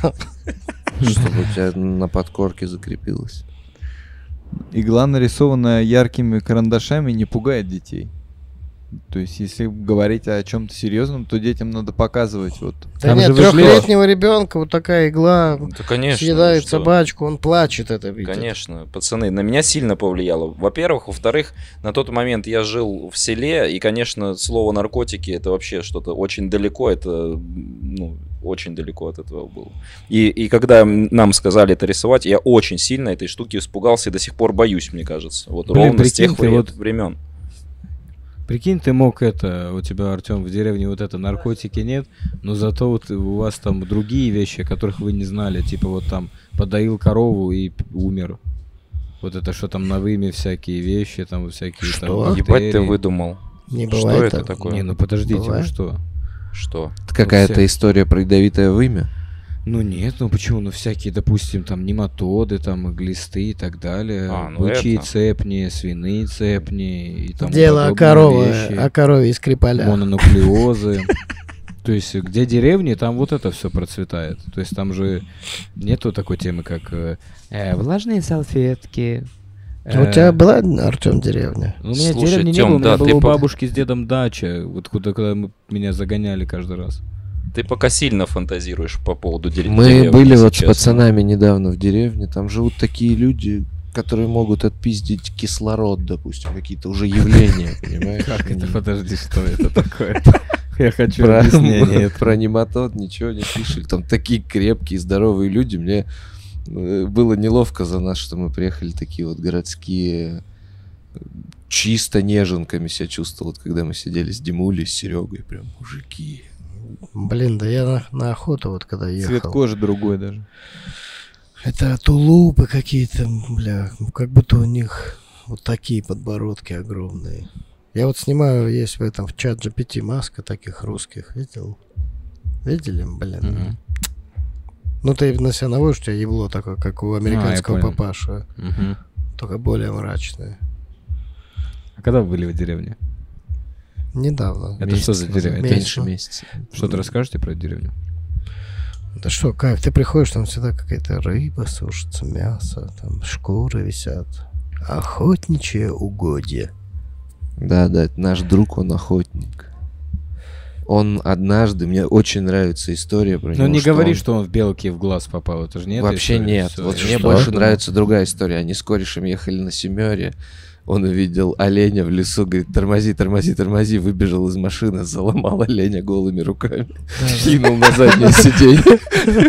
Чтобы у тебя на подкорке закрепилось. Игла, нарисованная яркими карандашами, не пугает детей. То есть, если говорить о чем-то серьезном, то детям надо показывать вот. Да Там нет, же выжлёт. трехлетнего ребенка вот такая игла Да, конечно. съедает что? собачку, он плачет это видит. Конечно, пацаны, на меня сильно повлияло. Во-первых, во-вторых, на тот момент я жил в селе, и, конечно, слово наркотики это вообще что-то очень далеко, это, ну, очень далеко от этого было. И, и когда нам сказали это рисовать, я очень сильно этой штуки испугался и до сих пор боюсь, мне кажется. Вот Блин, ровно с прикинь, тех ты вре- вот- времен. Прикинь, ты мог это, у тебя, Артем, в деревне вот это наркотики нет, но зато вот у вас там другие вещи, о которых вы не знали, типа вот там подоил корову и п- умер. Вот это что там на вымя всякие вещи, там всякие Что? там Ебать ты бактерии. выдумал. Не Что бывает это так. такое? Не, ну подождите, Бывает. вы что? Что? Это какая-то все. история про ядовитое вымя. Ну нет, ну почему? Ну всякие, допустим, там нематоды, там глисты и так далее. А, ну Бычьи это. цепни, свиные цепни и тому Дело о подобные корове, вещи. о корове из Скрипаля. Мононуклеозы. То есть, где деревни, там вот это все процветает. То есть, там же нету такой темы, как э, э, влажные салфетки. А у тебя была, Артем, деревня? У меня Слушай, деревни не Тём, было, у меня да, была ты у по- бабушки с дедом дача, вот куда, куда мы, меня загоняли каждый раз. Ты пока сильно фантазируешь по поводу дерев- Мы деревни, были если вот с честно. пацанами недавно в деревне. Там живут такие люди, которые могут отпиздить кислород, допустим, какие-то уже явления, понимаешь? Как это? Подожди, что это такое? Я хочу Про, объяснение. про нематод ничего не слышали. Там такие крепкие, здоровые люди. Мне э, было неловко за нас, что мы приехали такие вот городские, э, чисто неженками себя чувствовал, вот когда мы сидели с Димулей, с Серегой, прям мужики. Блин, да я на, на охоту вот когда ехал. Цвет кожи другой даже. Это тулупы какие-то, бля, как будто у них вот такие подбородки огромные. Я вот снимаю, есть в этом в чат джи пи ти маска таких русских, видел? Видели, блин? Мгм. Ну ты на себя наводишь, у тебя ебло такое, как у американского понял. папаша, Мгм. только более мрачное. А когда вы были в деревне? Недавно. Это месяц что за назад. деревня? Месяц Меньше назад. месяца. Что-то расскажете про эту деревню? Да что, кайф, ты приходишь, там всегда какая-то рыба сушится, мясо, там шкуры висят. Охотничье угодье. Да, да, это наш друг, он охотник. Он однажды, мне очень нравится история про него. Ну не что говори, он- что он в белке в глаз попал, это же не эта Вообще история, нет. всё. Вот Я мне что? больше думал. нравится другая история. Они с корешем ехали на семере. Он увидел оленя в лесу, говорит, тормози, тормози, тормози. Выбежал из машины, заломал оленя голыми руками. Кинул на заднее сиденье.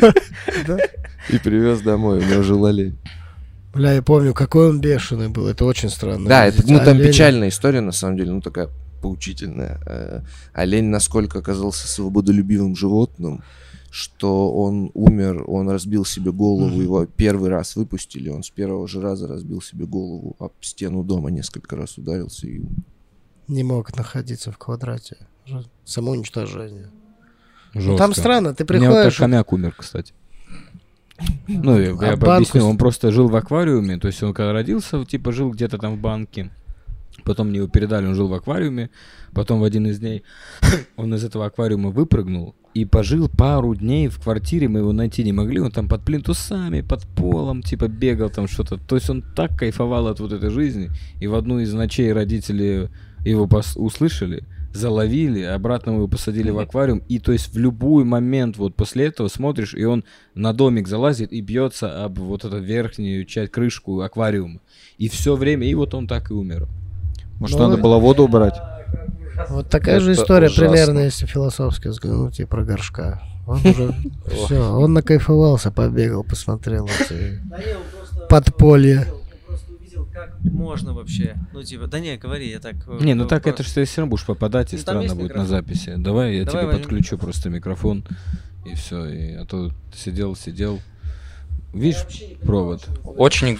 И привез домой. У него жил олень. Бля, я помню, какой он бешеный был. Это очень странно. Да, это, видеть ну там оленя. печальная история, на самом деле, ну такая поучительная. Э, Олень насколько оказался свободолюбивым животным, что он умер, он разбил себе голову, Мгм. его первый раз выпустили, он с первого же раза разбил себе голову об стену дома, несколько раз ударился и умер. Не мог находиться в квадрате. Ж- Самоуничтожение. Ну, Жёстко. там странно, ты У меня вот так приходишь... хомяк умер, кстати. Ну, я, А я банку объясню, с- он просто жил в аквариуме, то есть он когда родился, типа жил где-то там в банке, потом мне его передали, он жил в аквариуме, потом в один из дней он из этого аквариума выпрыгнул и пожил пару дней в квартире, мы его найти не могли, он там под плинтусами, под полом, типа бегал там что-то, то есть он так кайфовал от вот этой жизни, и в одну из ночей родители его пос- услышали, заловили, обратно мы его посадили в аквариум, и то есть в любой момент вот после этого смотришь, и он на домик залазит и бьется об вот эту верхнюю часть, крышку аквариума. И все время, и вот он так и умер. Может, Ну, надо вы- было воду убрать? Вот такая же Это история ужасно. примерно, если философски взглянуть, и про горшка. Он уже все, он накайфовался, побегал, посмотрел эти подполья. Просто увидел, как можно вообще. Ну, типа, да не, говори, я так... э, Не, ну э, так просто- это что ты все равно будешь попадать, и Ну, там странно есть будет на микрофон? записи. Давай я Давай тебе возьмем подключу микрофон. просто микрофон, и все. И, а то сидел, сидел. Видишь провод? Очень,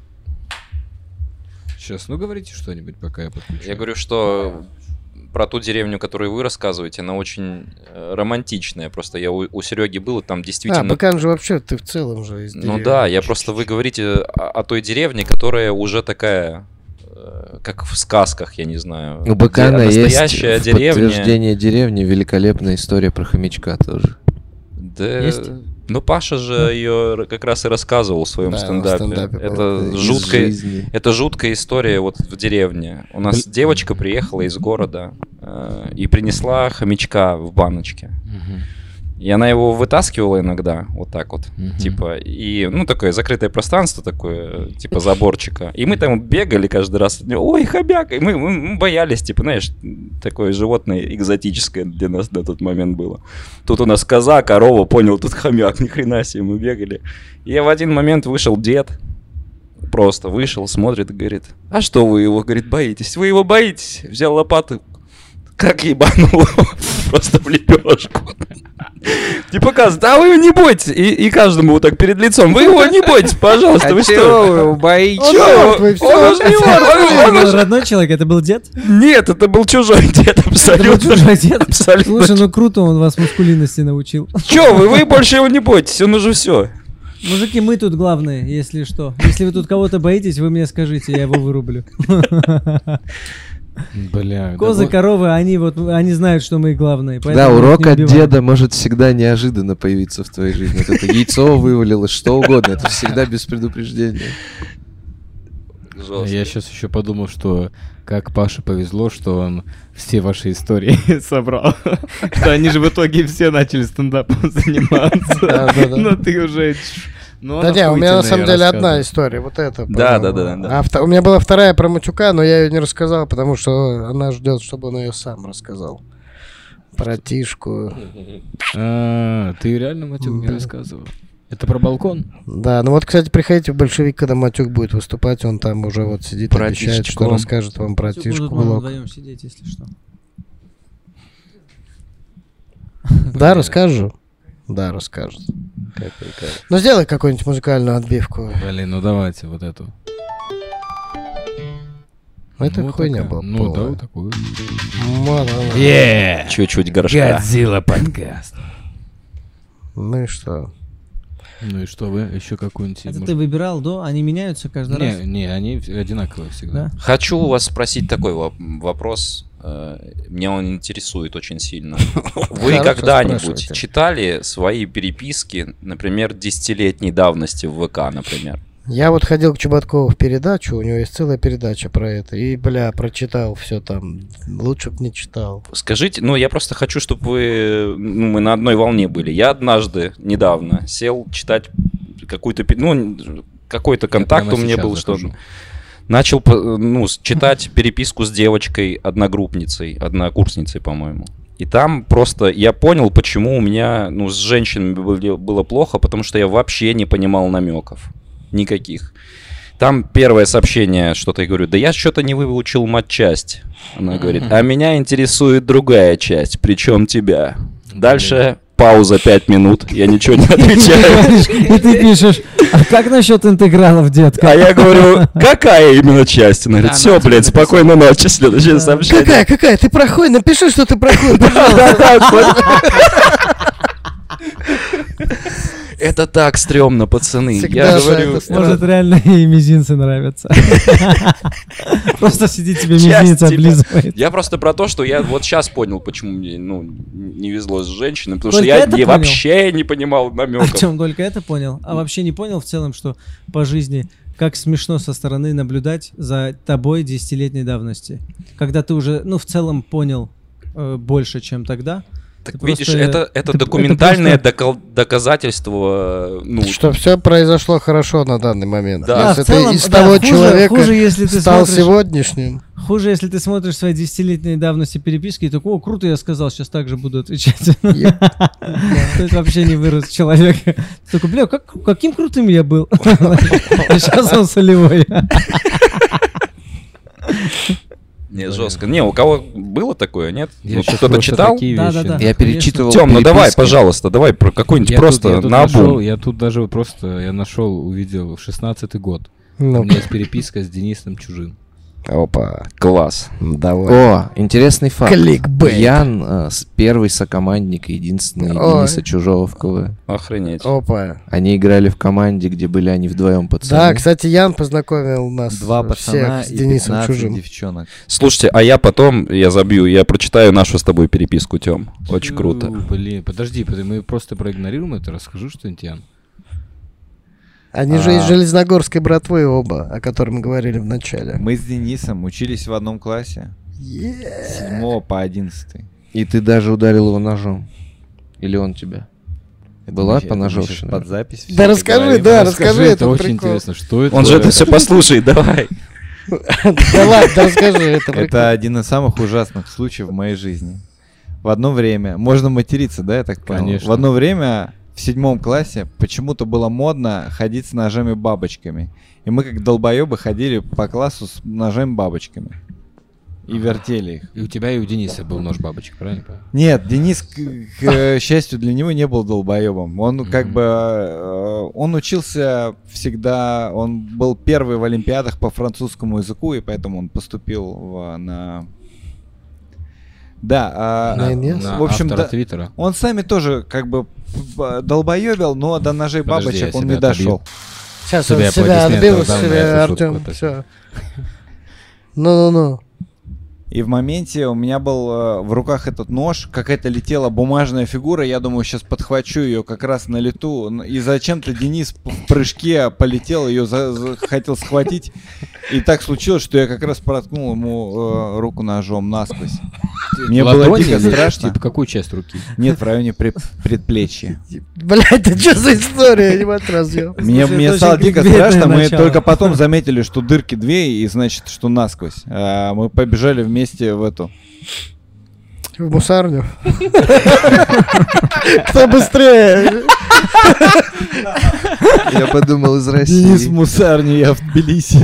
Сейчас, ну говорите что-нибудь, пока я подключу. я говорю, что про ту деревню, которую вы рассказываете, она очень э, романтичная. Просто я у, у Сереги был, и там А, действительно... Бакан же вообще, ты в целом же из Ну деревни. да, я просто, вы говорите о, о той деревне, которая уже такая, э, как в сказках, я не знаю. У Бакана Де- есть настоящая в деревня. подтверждение деревни великолепная история про хомячка тоже. Да, Есть? ну Паша же ее как раз и рассказывал в своем Да, в стендапе. стендапе Это было. Из жуткая, жизни. это жуткая история вот в деревне. У нас девочка приехала из города э, и принесла хомячка в баночке. Мгм. И она его вытаскивала иногда, вот так вот, Мгм. типа, и, ну, такое закрытое пространство, такое, типа, заборчика. И мы там бегали каждый раз, ой, хомяк, и мы, мы- мы боялись, типа, знаешь, такое животное экзотическое для нас на тот момент было. Тут у нас коза, корова, понял, тут хомяк, ни хрена себе, мы бегали. И в один момент вышел дед, просто вышел, смотрит и говорит, а что вы его, говорит, боитесь? Вы его боитесь? Взял лопату, как ебанул его, просто в лепешку. Не показывает, а вы его не бойтесь. И, и каждому вот так перед лицом, вы его не бойтесь, пожалуйста, вы что? вы его боитесь? Он Чё? мёртвый, всё. Он уж не мёртвый, Это он был уж- родной человек, это был дед? Нет, это был чужой дед, Это был абсолютно. чужой дед? Абсолютно. Слушай, ну круто, он вас мускулинности научил. Чё вы, вы больше его не бойтесь, он уже все. Мужики, мы тут главные, если что. Если вы тут кого-то боитесь, вы мне скажите, я его вырублю. Бля. да Козы, вот- коровы, они вот, они знают, что мы главные. Да, поэтому мы их урок не от убиваем. деда может всегда неожиданно появиться в твоей жизни. Вот это яйцо вывалилось, что угодно. Это всегда без предупреждения. Я сейчас еще подумал, что как Паше повезло, что он все ваши истории собрал. Что они же в итоге все начали стендапом заниматься. Да, да, да. Но ты уже... Ну, Да он не, у меня на охуительно самом её деле одна рассказывал. история, вот это. Да, по-моему. да, да, да. А вто- у меня была вторая про Матюка, но я ее не рассказал, потому что она ждет, чтобы он ее сам рассказал. Про Тишку. А, ты реально Матюк не Да. рассказывал? Это про балкон? Да, ну вот, кстати, приходите в Большевик, когда Матюк будет выступать, он там уже вот сидит, Про обещает, Тишечку. что расскажет вам про Всё Тишку будут, можно Блок. вдвоем сидеть, если что. Да, расскажу. Да, расскажет. Ну сделай какую-нибудь музыкальную отбивку. Блин, ну давайте вот эту. Это Ну, хуйня такая. была. Ну да, полная. вот такую. Мало. Чуть-чуть горшка. Годзилла подкаст. Ну и что? Ну и что вы? Еще какую-нибудь? Это может- ты выбирал до? Они меняются каждый раз? Не, не, они в- одинаковые всегда. Да? Хочу у вас спросить такой воп- вопрос. э, Меня он интересует очень сильно. Вы Хорошо, когда-нибудь спрашивайте. читали свои переписки, например, десятилетней давности в ВК, например? Я вот ходил к Чеботкову в передачу, у него есть целая передача про это. И, бля, прочитал все там. Лучше бы не читал. Скажите, ну я просто хочу, чтобы вы, ну мы на одной волне были. Я однажды, недавно, сел читать какую-то, пе- ну какой-то контакт прямо у меня сейчас был, что захожу. начал по- ну, с- читать переписку с девочкой, одногруппницей, однокурсницей, по-моему. И там просто я понял, почему у меня, ну, с женщинами были- было плохо, потому что я вообще не понимал намеков. Никаких. Там первое сообщение, что-то я говорю, да я что-то не выучил матчасть. Она говорит, а меня интересует другая часть, причем тебя. Дальше пауза пять минут, я ничего не отвечаю. И ты пишешь, а как насчет интегралов, детка? А я говорю, какая именно часть? Она говорит, все, блядь, спокойной ночи, следующее сообщение. Какая, какая? Ты прохой? Напиши, что ты прохой, пожалуйста. Да-да, это так стрёмно, пацаны. Всегда Я же говорю, это стра- Может, реально и мизинцы нравятся. Просто сидит тебе Часть мизинец тебя. облизывает. я просто про то, что я вот сейчас понял, почему мне ну, не везло с женщиной, потому что Только я это не- понял? вообще не понимал намеков. Артем только это понял, а вообще не понял в целом, что по жизни как смешно со стороны наблюдать за тобой десятилетней давности. Когда ты уже, ну, в целом понял э, больше, чем тогда, Так Ты видишь, просто- это, это ты- документальное это докол- доказательство. Ну, Что все произошло хорошо на данный момент. Да. Если в целом, ты из да, того хуже- человека хуже, если ты стал смотришь- сегодняшним. Хуже, если ты смотришь свои десятилетней давности переписки и такой, о, круто я сказал, сейчас так же буду отвечать. То есть вообще не вырос человек. Ты такой, бля, как- каким крутым я был. А сейчас он солевой. не, жестко. Не, у кого было такое, нет? Я Ну, щас кто-то просто читал? такие Да, вещи. да, да. Я конечно. перечитывал Тём, ну давай, переписки. пожалуйста, давай про какой-нибудь Я тут- просто я тут на нашел- обум. Я тут даже просто, я нашел, увидел шестнадцатый год. У Ну, меня есть переписка с Денисом Чужим. Опа, класс. давай. О, интересный факт. Кликбейт. Ян э, с- первый сокомандник и единственный Ой. Дениса Чужого в КВ. Охренеть. Опа. Они играли в команде, где были они вдвоем пацаны. Да, кстати, Ян познакомил нас Два всех пацана с и Денисом пятнадцать Чужим. девчонок. Слушайте, а я потом, я забью, я прочитаю нашу с тобой переписку, Тём. Очень Фу, круто. Блин, подожди, под- мы просто проигнорируем это, расскажу что-нибудь, Ян. Они же из А. Железногорской братвы оба, о котором мы говорили в начале. Мы с Денисом учились в одном классе. Е- С седьмого по одиннадцатый. И ты даже ударил его ножом. Или он тебя? Это Была мы щас- это мы поножовщина? щас под запись. всё Да это расскажи, говорим. да, Расскажи, расскажи это этот очень прикол. интересно. Что это? Он же это все послушает, давай. Да ладно, да расскажи это прикол. Это один из самых ужасных случаев в моей жизни. В одно время, можно материться, да, я так понял? Конечно. В одно время в седьмом классе почему-то было модно ходить с ножами-бабочками. И мы как долбоебы ходили по классу с ножами-бабочками. И вертели их. И у тебя, и у Дениса был нож бабочек, правильно? понимаю? Нет, Денис, к, к счастью для него, не был долбоебом. Он как Мгм. бы... э, Он учился всегда... Он был первый в олимпиадах по французскому языку, и поэтому он поступил в- на... Да, а, На ИНЕС? На в общем, автора да, Твиттера. он сами тоже как бы п- долбоебил, но до ножей Подожди, бабочек я он себя не дошел. отобью. Сейчас Тебе он себя аплодисменты отбил, дам на себя эту шутку, Артем, это все. Ну-ну-ну. И в моменте у меня был э, в руках этот нож, какая-то летела бумажная фигура, я думаю, сейчас подхвачу ее как раз на лету, н- и зачем-то Денис п- в прыжке полетел, ее за- за- хотел схватить, и так случилось, что я как раз проткнул ему э, руку ножом насквозь. Мне было Ладони дико или, страшно. Типа, какую часть руки? Нет, в районе пред- предплечья. Блять, это что за история? Я не могу разъел. Мне, Слушай, мне это стало очень дико кликбейтное страшно, мы начало. только потом заметили, что дырки две, и значит, что насквозь. А мы побежали вместе в эту. В мусарню. Кто быстрее? Я подумал, из Денис России. Мусарни, я в Тбилиси.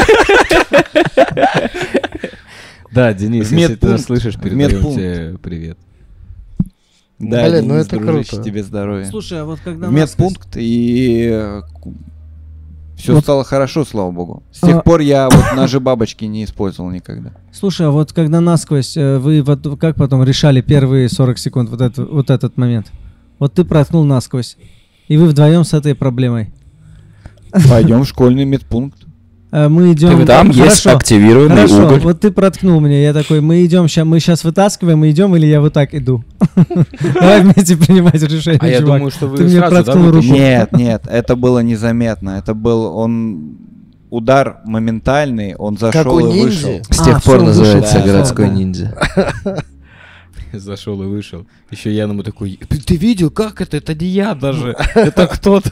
Да, Денис, В если ты нас медпункт. слышишь, В передаем медпункт. тебе привет. Да, Блин, ну Денис, это дружище, круто. тебе здоровья. Слушай, а вот когда В насквозь- медпункт, и все Вот. стало хорошо, слава богу. С тех А. пор я вот ножи бабочки не использовал никогда. Слушай, а вот когда насквозь, э, вы вот как потом решали первые сорок секунд вот, это, вот этот момент? Вот ты проткнул насквозь, и вы вдвоем с этой проблемой. Пойдем в школьный медпункт. Э, Мы идем... Там есть Хорошо. активированный Хорошо, уголь. вот ты проткнул меня, я такой, мы идем, ща, мы сейчас вытаскиваем, мы идем, или я вот так иду? Давай вместе принимать решение, А я чувак. думаю, что вы Ты мне сразу, да, проткнул руку. вытащили? Нет, нет, это было незаметно. Это был он удар моментальный, он Как зашел у и вышел. ниндзя. С А, тех всё, пор он вышел, называется да, городской да. ниндзя. Зашел и вышел. Еще я ему такой, ты видел, как это? Это не я даже. Это кто-то.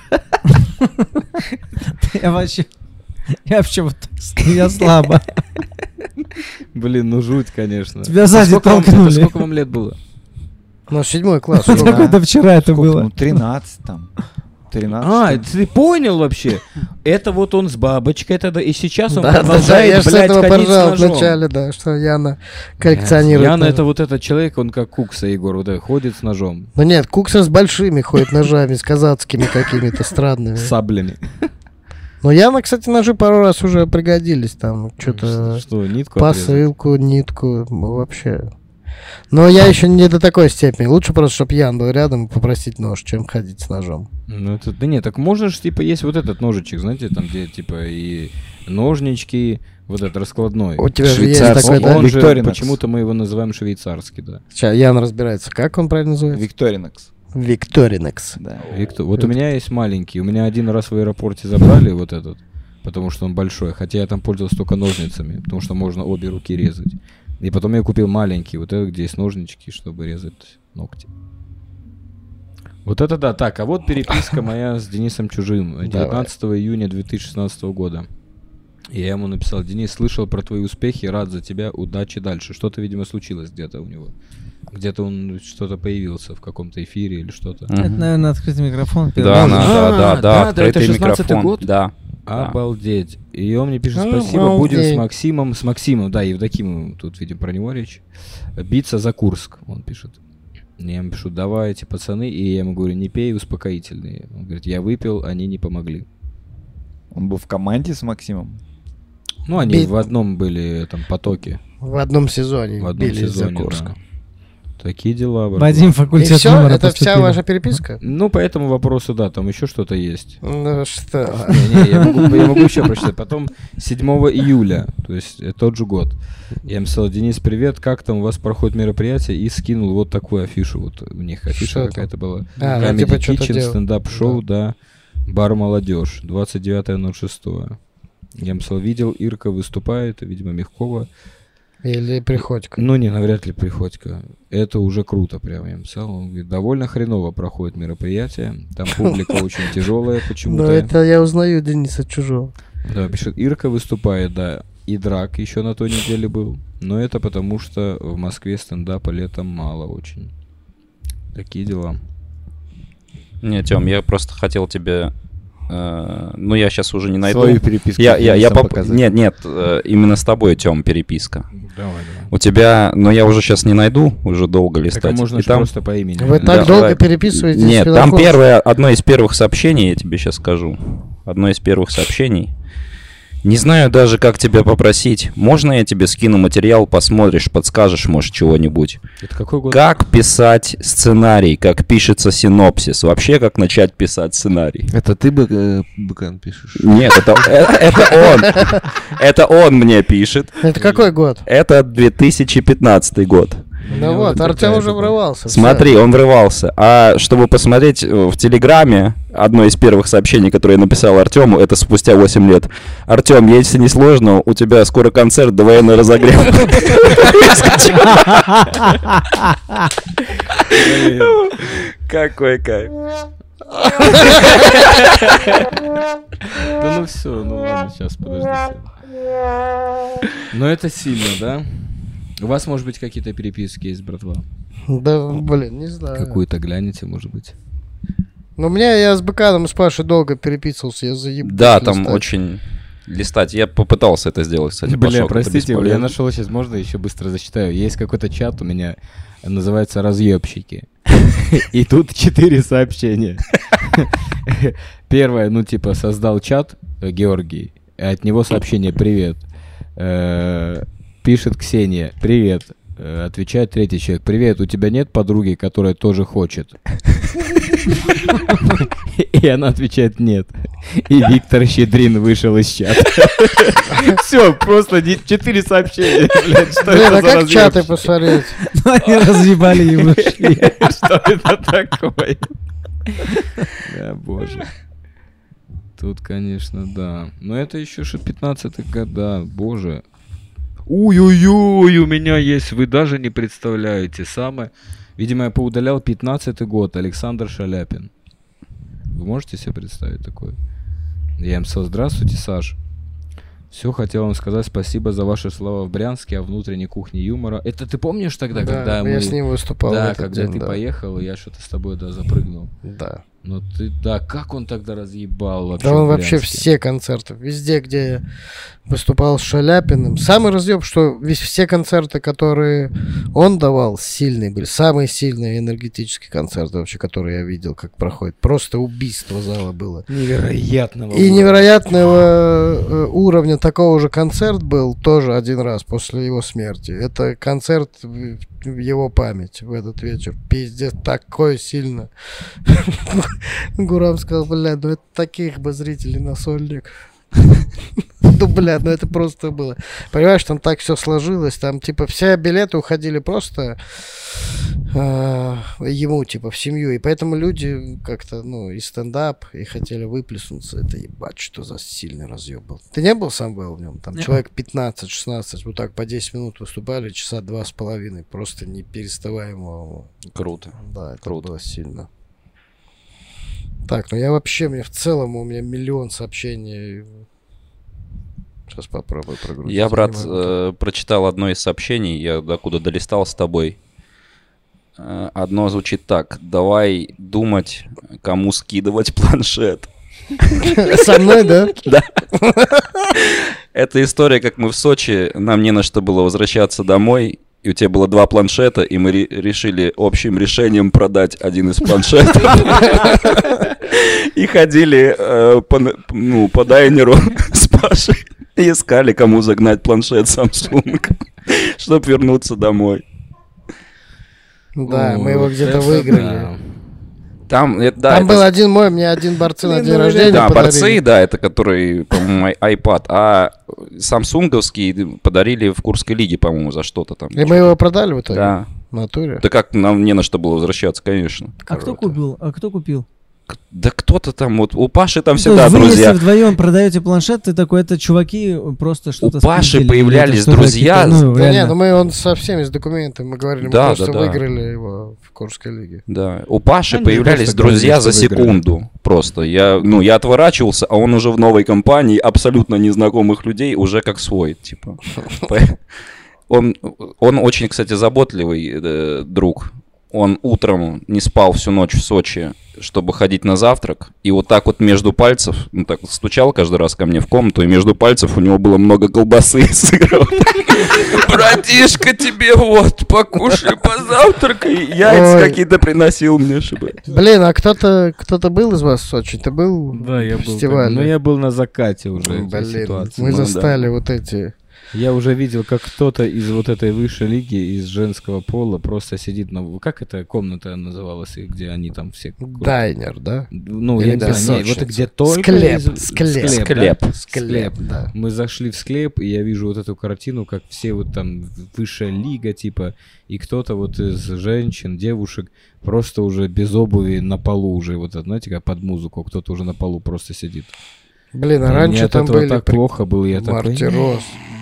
Я вообще... Я вообще вот так стою, я слабо. Блин, ну жуть, конечно. Тебя А сзади сколько вам- толкнули. это Сколько вам лет было? Ну, седьмой класс. Вот сколько? как это вчера это Сколько? было. Ну, тринадцать там. тринадцать. А, что ли. ты понял вообще? Это вот он с бабочкой, это да, и сейчас он Да, да, да, продолжает, я же с блядь, этого ходить с поржал в ножом. начале, да, что Яна коллекционирует. Яна ножи. это вот этот человек, он как Кукса, Егор, вот, э, ходит с ножом, Ну нет, Кукса с большими ходит ножами, с казацкими какими-то странными. с саблями. Но Яна, кстати, ножи пару раз уже пригодились там. Что-то Что, нитку отрезать? посылку, нитку, ну, вообще. Но я еще не до такой степени. Лучше просто, чтобы Ян был рядом и попросить нож, чем ходить с ножом. Ну, это, да нет, так можешь, типа, есть вот этот ножичек, знаете, там, где, типа, и ножнички, вот этот раскладной. У тебя же есть Швейцарский. такой, да? Он же, Викторинокс. почему-то мы его называем швейцарский, да. Сейчас Ян разбирается. Как он правильно называется? Викторинокс. Викторинекс. Да. Виктор, вот у меня есть маленький, у меня один раз в аэропорте забрали вот этот, потому что он большой, хотя я там пользовался только ножницами, потому что можно обе руки резать. И потом я купил маленький, вот этот, где есть ножнички, чтобы резать ногти. Вот это да. Так, а вот переписка моя с Денисом Чужим. девятнадцатого июня две тысячи шестнадцатого года. Я ему написал: Денис, слышал про твои успехи, рад за тебя, удачи дальше. Что-то, видимо, случилось где-то у него. Где-то он что-то появился в каком-то эфире или что-то. Это, наверное, открытый микрофон. Да, на- да, да, А, да, да, это открытый шестнадцатый микрофон. год? Да. Обалдеть. И он мне пишет: Обалдеть. спасибо, будем с Максимом, с Максимом, да, Евдокимовым, тут видим про него речь, биться за Курск, он пишет. Я ему пишу: давайте, пацаны, и я ему говорю: не пей успокоительные. Он говорит: я выпил, они не помогли. Он был в команде с Максимом? Ну, они Бей- в одном были там потоке, В одном сезоне в одном бились за сезоне, Курск. да. Такие дела. братва. Вадим, И факультет все, юмора это вся поступили. ваша переписка? Ну, по этому вопросу, да, там еще что-то есть. Ну что? Не, не, я могу, я могу еще прочитать. Потом седьмого июля, то есть э, тот же год. Я написал: Денис, привет, как там у вас проходит мероприятие? И скинул вот такую афишу. Вот у них афиша Что там? какая-то была. А, ну, Comedy типа что-то Kitchen, делал. стендап-шоу, да. Бар «Молодежь», двадцать девятое ноль шестое. Я написал: видел, Ирка выступает, видимо, Мягкова. Или Приходько? Ну, не, навряд ли Приходько. Это уже круто, прям я написал. Он говорит: довольно хреново проходит мероприятие. Там публика очень тяжелая Ну, почему-то. это я узнаю Дениса Чужого. Да, пишет: Ирка выступает, да. И Драк еще на той неделе был. Но это потому, что в Москве стендапа летом мало очень. Такие дела. Не, Тём, я просто хотел тебе... э, ну, я сейчас уже не найду. Свою переписку Я, с я, я Денисом поп- показать. Нет, нет, э, именно с тобой, Тём, переписка. Давай, давай. У тебя... Но я уже сейчас не найду, уже долго листать. Так, а можно И ж там... просто по имени. Вы Да, так долго давай. переписываетесь? Нет, с там Федорковым? первое, одно из первых сообщений, я тебе сейчас скажу. Одно из первых сообщений. Не знаю даже, как тебя попросить. Можно я тебе скину материал, посмотришь, подскажешь, может, чего-нибудь? Это какой год? Как писать сценарий, как пишется синопсис, вообще как начать писать сценарий? Это ты, Б- э, Быкан, пишешь? Нет, это, э- это он. Это он мне пишет. Это какой год? Это две тысячи пятнадцатый год. Ну вот, Артем уже врывался. всё. Смотри, он врывался. А чтобы посмотреть э, в Телеграме, одно из первых сообщений, которое я написал Артему, это спустя восемь лет. Артем, если не сложно, у тебя скоро концерт, ДВН разогрев. Какой кайф. Да ну все, ну ладно, сейчас, подождите. Но это сильно, да? У вас, может быть, какие-то переписки есть, братва? Да, блин, не знаю. Какую-то гляните, может быть. Ну, у меня, я с Быканом и с Пашей долго переписывался, я заебал. Да, там очень листать. Я попытался это сделать, кстати, Бля, пошёл, это простите, я бесполезно. нашел сейчас, можно еще быстро зачитаю. Есть какой-то чат у меня, называется «Разъебщики». И тут четыре сообщения. Первое, ну типа, создал чат э, Георгий, а от него сообщение «Привет». Э, Пишет Ксения: «Привет». Э, Отвечает третий человек: «Привет, у тебя нет подруги, которая тоже хочет?» И она отвечает: «Нет». И Виктор Щедрин вышел из чата. Все, просто не- четыре сообщения. Блядь, что Блин, это а за как чаты разъебщик? посмотреть? Ну, они разъебали и вышли. Что это такое? Да, боже. Тут, конечно, да. Но это еще же пятнадцатые года, боже. Ой-ой-ой, у меня есть, вы даже не представляете. Самое... Видимо, я поудалял пятнадцатый год, Александр Шаляпин. Вы можете себе представить такое? Я им сказал: здравствуйте, Саш. Все, хотел вам сказать спасибо за ваши слова в Брянске о внутренней кухне юмора. Это ты помнишь тогда, Да, когда я мы... с ним выступал в Да, этот когда день, ты да. поехал, и я что-то с тобой, да, запрыгнул. Да. Ну ты, да, как он тогда разъебал вообще Да он в вообще Брянске? все концерты, везде, где я выступал с Шаляпиным. Самый разъеб, что весь, все концерты, которые он давал, сильные были. Самые сильные энергетические концерты вообще, которые я видел, как проходит. Просто убийство зала было. Невероятного. И невероятного э, уровня такого же концерт был тоже один раз после его смерти. Это концерт в в его память в этот вечер. Пиздец, такой сильно. Гурам сказал: бля, ну это таких бы зрителей на сольник. Ну, бля, ну это просто было. Понимаешь, там так все сложилось. Там, типа, все билеты уходили просто а, ему, типа, в семью. И поэтому люди как-то, ну, и стендап, и хотели выплеснуться. Это ебать, что за сильный разъеб был. Ты не был сам был в нем? Там Не человек пятнадцать-шестнадцать, вот так по десять минут выступали, часа два с половиной. Просто не переставаемо. Круто. Да, это Круто. было сильно. Так, ну я вообще, мне в целом, у меня миллион сообщений. Сейчас попробую прогрузить. Я, брат, не могу. э, прочитал одно из сообщений, я докуда долистал с тобой. Э, Одно звучит так. Давай думать, кому скидывать планшет. Со мной, да? Да. Это история, как мы в Сочи, нам не на что было возвращаться домой, и у тебя было два планшета, и мы ре- решили общим решением продать один из планшетов. И ходили э, по, н- ну, по дайнеру с Пашей и искали, кому загнать планшет Samsung, чтобы вернуться домой. Да, Ну, мы его вот где-то это выиграли. да. Там, это, да, Там это был с- один мой, мне один борцы на Блин, день ну, рождения Да, подарили. борцы, да, это который, по-моему, ай- iPad, а самсунговский подарили в Курской лиге, по-моему, за что-то там. И мы его продали в итоге? Да. В натуре? Да как, нам не на что было возвращаться, конечно. А кто купил? А кто купил? Да кто-то там, вот у Паши там То всегда есть вы, друзья. если вдвоем продаете планшет, ты такой, это чуваки просто что-то У Паши спиздили, появлялись или это что-то друзья. какие-то, ну, Да реально. нет, ну мы он со всеми с документами, мы говорили, Да, мы просто да, да. выиграли его в Курской лиге. Да, у Паши Они появлялись просто друзья говорили, за что выиграли. секунду. Просто я, ну, я отворачивался, а он уже в новой компании, абсолютно незнакомых людей, уже как свой, типа. По- Он, он очень, кстати, заботливый э, друг. Он утром не спал всю ночь в Сочи, чтобы ходить на завтрак. И вот так вот между пальцев, ну так стучал каждый раз ко мне в комнату, и между пальцев у него было много колбасы и сыра. Братишка, тебе вот, покушай, позавтракай. Яйца Ой. какие-то приносил мне, чтобы... Блин, а кто-то кто-то был из вас в Сочи? Ты был Да, я в был. фестивале? Но я был на закате уже этой Блин, ситуации. мы Ну да. застали вот эти... Я уже видел, как кто-то из вот этой высшей лиги, из женского пола, просто сидит на... Как эта комната называлась, и где они там все... Дайнер, да? Ну, Или я не знаю, не, песочница? вот где только... Склеп, из- склеп. Склеп. да? Склеп, да. Мы зашли в склеп, и я вижу вот эту картину, как все вот там высшая лига, типа, и кто-то вот из женщин, девушек просто уже без обуви на полу уже, вот, знаете, как под музыку, кто-то уже на полу просто сидит. Блин, а Мне раньше от там этого были... так при- плохо было, я такой... Мартирос.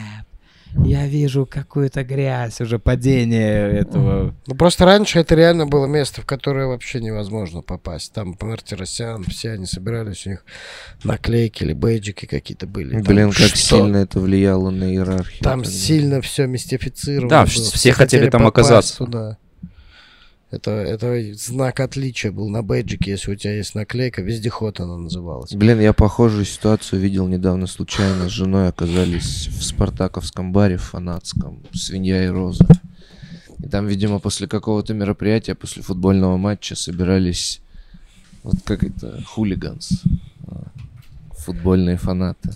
Я вижу какую-то грязь, уже падение этого. Ну просто раньше это реально было место, в которое вообще невозможно попасть. Там Мартиросян, все они собирались, у них наклейки или бейджики какие-то были. Там Блин, как что? сильно это влияло на иерархию. Там тогда. сильно все мистифицировано. Да, было, вс- все хотели там попасть оказаться. туда. Это, это знак отличия был на бейджике, если у тебя есть наклейка, вездеход она называлась. Блин, я похожую ситуацию видел недавно случайно. С женой оказались в спартаковском баре, в фанатском, «Свинья и роза». И там, видимо, после какого-то мероприятия, после футбольного матча собирались вот как это, хулиганс, а, футбольные фанаты.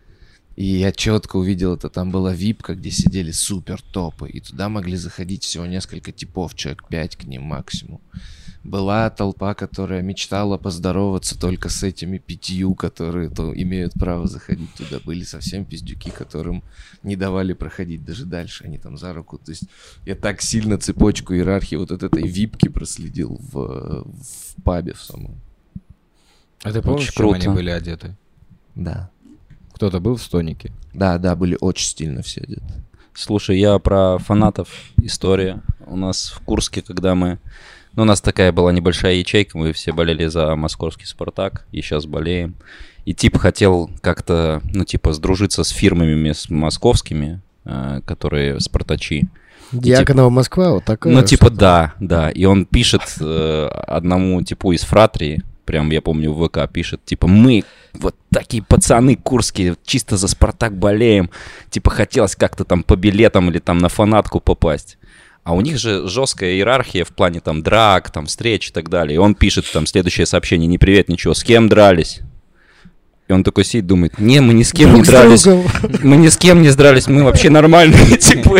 И я четко увидел это, там была випка, где сидели супер топы, и туда могли заходить всего несколько типов, человек пять к ним максимум. Была толпа, которая мечтала поздороваться только с этими пятью, которые то имеют право заходить туда. Были совсем пиздюки, которым не давали проходить даже дальше, они там за руку. То есть я так сильно цепочку иерархии вот от этой випки проследил в, в пабе в самом. А ты помнишь, Очень в чем они круто. были одеты? Да. Кто-то был в стонике? Да, да, были очень стильно все одеты. Слушай, я про фанатов история. У нас в Курске, когда мы... Ну, у нас такая была небольшая ячейка, мы все болели за московский «Спартак», и сейчас болеем. И тип хотел как-то, ну, типа, сдружиться с фирмами с московскими, э, которые спартачи. Дьяконова Москва, вот такое. Ну, типа, что-то. да, да. И он пишет э, одному типу из фратрии, прям, я помню, в ВК пишет, типа, мы вот такие пацаны курские, чисто за «Спартак» болеем. Типа, хотелось как-то там по билетам или там на фанатку попасть. А у них же жесткая иерархия в плане там драк, там встреч и так далее. И он пишет там следующее сообщение: не привет, ничего, с кем дрались? И он такой сидит, думает: не, мы ни с кем не Друг с дрались. другом. Мы ни с кем не дрались, мы вообще нормальные типы.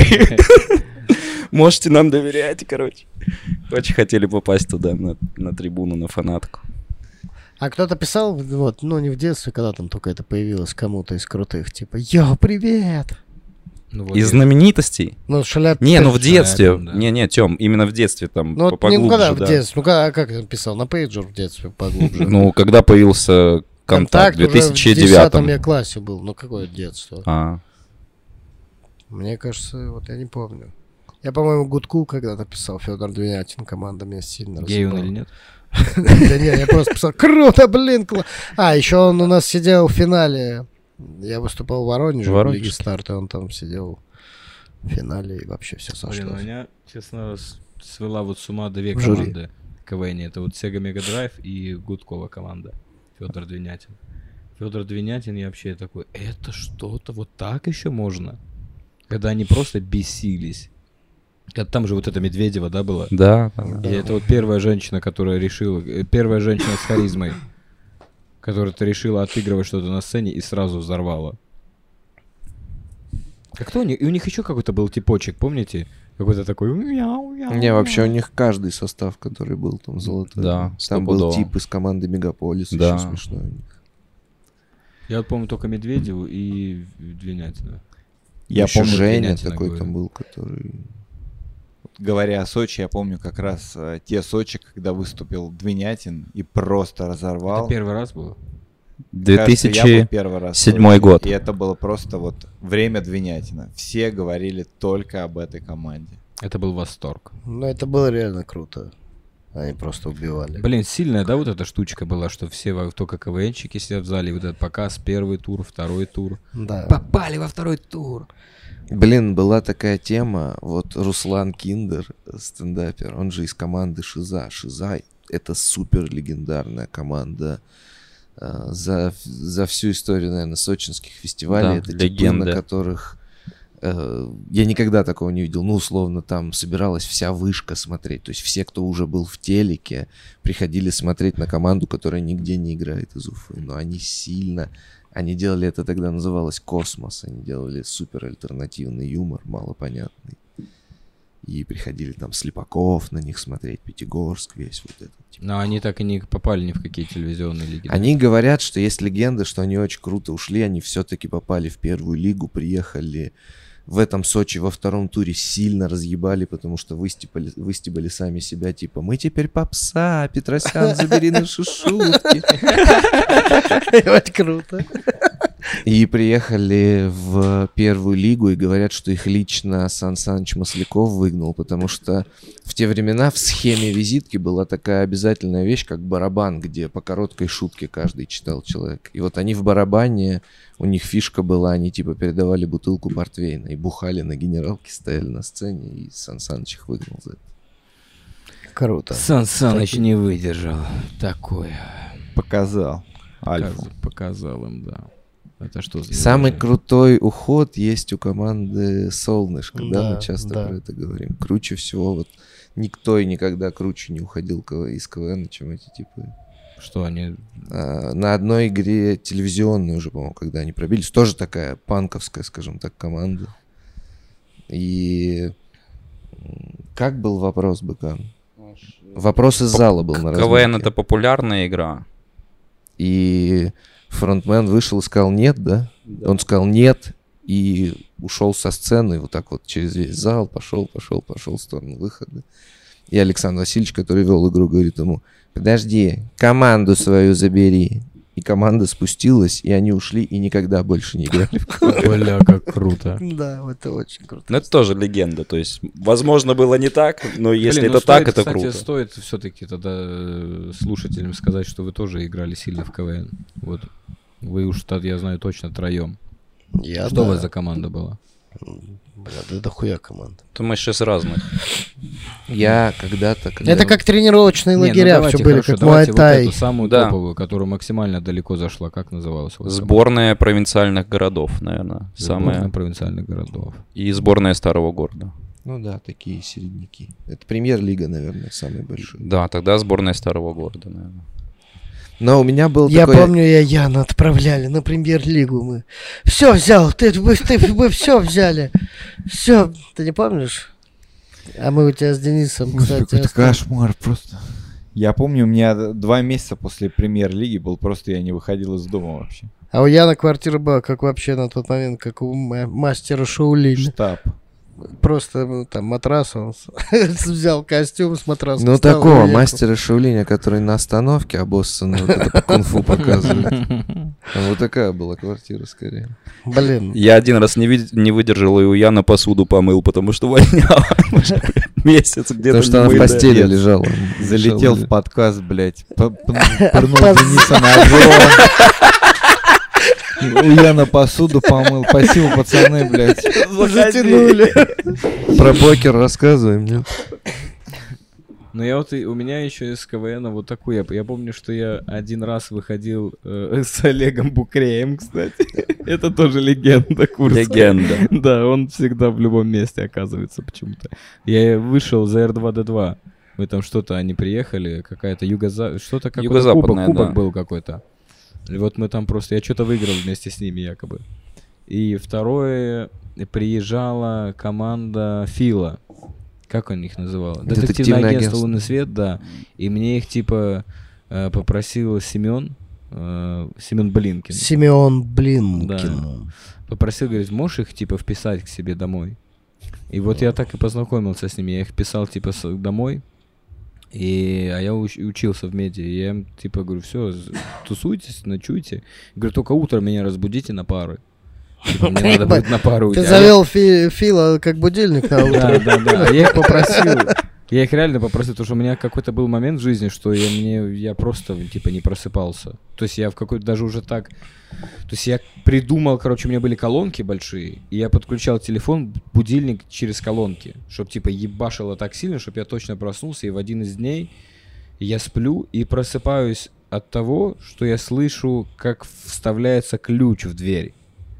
Можете нам доверять, короче. Очень хотели попасть туда, на, на трибуну, на фанатку. А кто-то писал, вот, ну не в детстве, когда там только это появилось кому-то из крутых, типа, йо, привет! Ну, вот Из я- знаменитостей? Ну, Шаляпин. Не, ну в Шаляпин, детстве. да. Не-не, Тём, именно в детстве там Ну, по- вот не ну, когда поглубже, в да. детстве. Ну, когда, как он писал? На пейджер в детстве поглубже. Ну, когда появился контакт, в две тысячи уже в десятом девятом. я классе был. Ну, какое детство? А, Мне кажется, вот я не помню. Я, по-моему, Гудку когда-то писал, Федор Двинятин, команда меня сильно Гей он разъебала. или нет? Да не, я просто писал, круто, блин, кла-». А, еще он у нас сидел в финале. Я выступал в Воронеже, в Воронеж. Лиге Старта, он там сидел в финале, и вообще все Блин, сошлось. меня, честно, с- свела вот с ума две В жюри. команды КВН. Это вот Sega Mega Drive и Гудкова команда. Федор Двинятин. Федор Двинятин, я вообще такой, это что-то вот так еще можно? Когда они просто бесились. Это там же вот эта Медведева, да, была? да, да, да. И это вот первая женщина, которая решила, э, первая женщина с харизмой, которая-то решила отыгрывать что-то на сцене и сразу взорвала. А кто у них? И у них еще какой-то был типочек, помните? Какой-то такой мяу, мяу, Не, вообще у мяу. них каждый состав, который был там золотой. Да, Там был стопудово. тип из команды Мегаполис, Да. еще смешной у них. Я вот помню только Медведеву и Двинятина. Я Еще помню, Женя Двинятина такой говорю. там был, который... говоря о Сочи, я помню как раз э, те Сочи, когда выступил Двинятин и просто разорвал. Это первый раз было? Кажется, я был две тысячи первый раз в седьмой Сочи, год. И это было просто вот время Двинятина. Все говорили только об этой команде. Это был восторг. Ну, это было реально круто. Они просто убивали. Блин, сильная, да, вот эта штучка была, что все во- только КВНчики сидят в зале, и вот этот показ, первый тур, второй тур. Да. Попали во второй тур. Блин, была такая тема, вот Руслан Киндер, стендапер, он же из команды Шиза. Шиза — это супер легендарная команда. э, За, за всю историю, наверное, сочинских фестивалей. Да, это типы, легенды. на которых э, я никогда такого не видел. Ну, условно, там собиралась вся вышка смотреть. То есть все, кто уже был в телеке, приходили смотреть на команду, которая нигде не играет из Уфы. Но они сильно... Они делали это тогда, называлось «Космос». Они делали супер альтернативный юмор, малопонятный. И приходили там Слепаков на них смотреть, Пятигорск, весь вот этот. Типа. Но они так и не попали ни в какие телевизионные лиги. да? Они говорят, что есть легенда, что они очень круто ушли, они все-таки попали в первую лигу, приехали в этом Сочи во втором туре, сильно разъебали, потому что выстебали, выстебали сами себя, типа, мы теперь попса, Петросян, забери наши шутки. Вот круто. И приехали в первую лигу и говорят, что их лично Сан Саныч Масляков выгнал, потому что в те времена в схеме визитки была такая обязательная вещь, как барабан, где по короткой шутке каждый читал человек. И вот они в барабане, у них фишка была, они типа передавали бутылку портвейна и бухали на генералке, стояли на сцене, и Сан Саныч их выгнал за это. Круто. Сан Саныч не выдержал. Такое. Показал Альфу. Показ- Показал им, да. Это что за Самый неуважение? крутой уход есть у команды «Солнышко», да, Да, мы часто да. про это говорим. Круче всего, вот никто и никогда круче не уходил КВ- из КВН, чем эти типы. Что они... А, на одной игре телевизионной уже, по-моему, когда они пробились, тоже такая панковская, скажем так, команда. И м, как был вопрос, Быкан? Вопрос из зала был на КВН разминке. это популярная игра. И фронтмен вышел и сказал нет, да? Он сказал нет и ушел со сцены вот так вот через весь зал, пошел, пошел, пошел в сторону выхода. И Александр Васильевич, который вел игру, говорит ему: подожди, команду свою забери. И команда спустилась, и они ушли, и никогда больше не играли в КВН. Бля, как круто. Да, это очень круто. Ну, это тоже легенда. То есть, возможно, было не так, но если Блин, ну это так, стоит, это кстати, круто. стоит все-таки тогда э, слушателям сказать, что вы тоже играли сильно в КВН. Вот. Вы уж, тогда, я знаю, точно троем. Я, Что да. у вас за команда была? Бля, да дохуя команда. То мы сейчас разных. Я когда-то... когда- Это как тренировочные Не, ну лагеря давайте, все были, хорошо, как давайте вот Муай-Тай. эту самую Да. топовую, которая максимально далеко зашла. Как называлась у вас? Сборная провинциальных городов, наверное. Сборная Самая. провинциальных городов. И сборная старого города. Ну да, такие середняки. Это премьер-лига, наверное, самый большой. Да, тогда сборная старого города, наверное. Но у меня был Я такой... помню, я Яна отправляли на премьер-лигу мы. Все взял, ты, вы, ты, мы все взяли. Все, ты не помнишь? А мы у тебя с Денисом, Слушай, кстати, какой-то оставили. кошмар просто. Я помню, у меня два месяца после премьер-лиги был просто, я не выходил из дома вообще. А у Яна квартира была, как вообще на тот момент, как у ма- мастера Шаолиня. Штаб. Просто ну, там матрас, он с- взял костюм с матрасом. Ну, встал и такого уехал. мастера Шаолиня, который на остановке обоссанный вот это по кунг-фу показывает. Там вот такая была квартира скорее. Блин. Я один раз не, вид- не выдержал, и у Яна посуду помыл, потому что воняло. Месяц где-то Потому что она в не мытая. постели Нет. лежала. Залетел в Лежала. подкаст, блядь. п- п- Пырнул Дениса ножом. У Яна посуду помыл. Спасибо, пацаны, блядь. Затянули. Про покер рассказываем, нет? Ну я вот, и- у меня еще из КВН вот такой, я, я помню, что я один раз выходил э, с Олегом Букреем, кстати. Это тоже легенда Курска. Легенда. Да, он всегда в любом месте оказывается почему-то. Я вышел за эр два дэ два. Мы там что-то, они приехали, какая-то юго-за... Что-то какой-то кубок, Юго-западная, кубок да. был какой-то. И вот мы там просто, я что-то выиграл вместе с ними якобы. И второе, приезжала команда Фила. Как он их называл? Детективное, Детективное агентство агентство. «Лунный свет», да. И мне их типа э, попросил Семен, э, Семен Блинкин. Симеон Блинкин. Попросил, говорит, можешь их типа вписать к себе домой? И вот я так и познакомился с ними. Я их писал типа с- домой. И, а я уч- учился в меди. И я им типа говорю, все, тусуйтесь, ночуйте. Говорю, только утром меня разбудите на пары. Типа, мне надо будет на пару уйти. Ты А я- завел Фи- Фила как будильник на Да, утро. да, да. А я их попросил. Я их реально попросил, потому что у меня какой-то был момент в жизни, что я, мне, я просто, типа, не просыпался. То есть я в какой-то даже уже так... То есть я придумал, короче, у меня были колонки большие, и я подключал телефон, будильник через колонки, чтобы, типа, ебашило так сильно, чтобы я точно проснулся, и в один из дней я сплю и просыпаюсь от того, что я слышу, как вставляется ключ в дверь.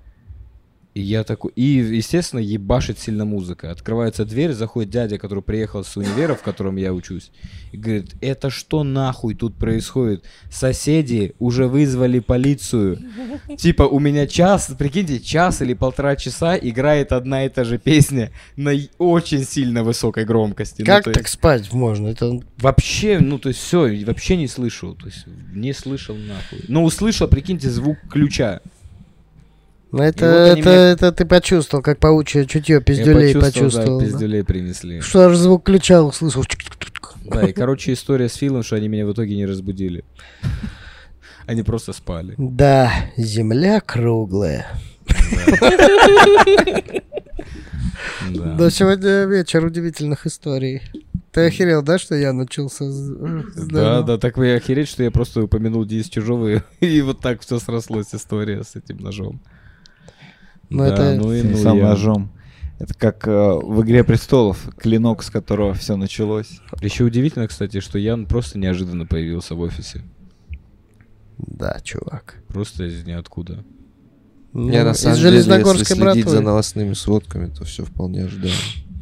И я такой... И, естественно, ебашит сильно музыка. Открывается дверь, заходит дядя, который приехал с универа, в котором я учусь, и говорит, это что нахуй тут происходит? Соседи уже вызвали полицию. Типа, у меня час, прикиньте, час или полтора часа играет одна и та же песня на и- очень сильно высокой громкости. Ну, Как то так есть спать можно? Это вообще, ну, то есть все, вообще не слышу. То есть не слышал нахуй. Но услышал, прикиньте, звук ключа. Ну, это, вот они это, мне- это ты почувствовал, как паучье чутье пиздюлей Я почувствовал, почувствовал. да, да? пиздюлей принесли. Что аж звук ключа услышал. Да, и, короче, история с Филом, что они меня в итоге не разбудили. Они просто спали. Да, земля круглая. Да. Но сегодня вечер удивительных историй. Ты охерел, да, что я начался? с- с Да, Дэном? да, так вы охереть, что я просто упомянул Денис Чужого, и, и вот так все срослось, история с этим ножом. Ну, Да, это- ну и С тем ну самым я. ножом. Это как э, в «Игре престолов», клинок, с которого все началось. Еще удивительно, кстати, что Ян просто неожиданно появился в офисе. Да, чувак. Просто из ниоткуда. Ну, Я на из самом деле, если железногорской следить за братвы. новостными сводками, то все вполне ожидаемо.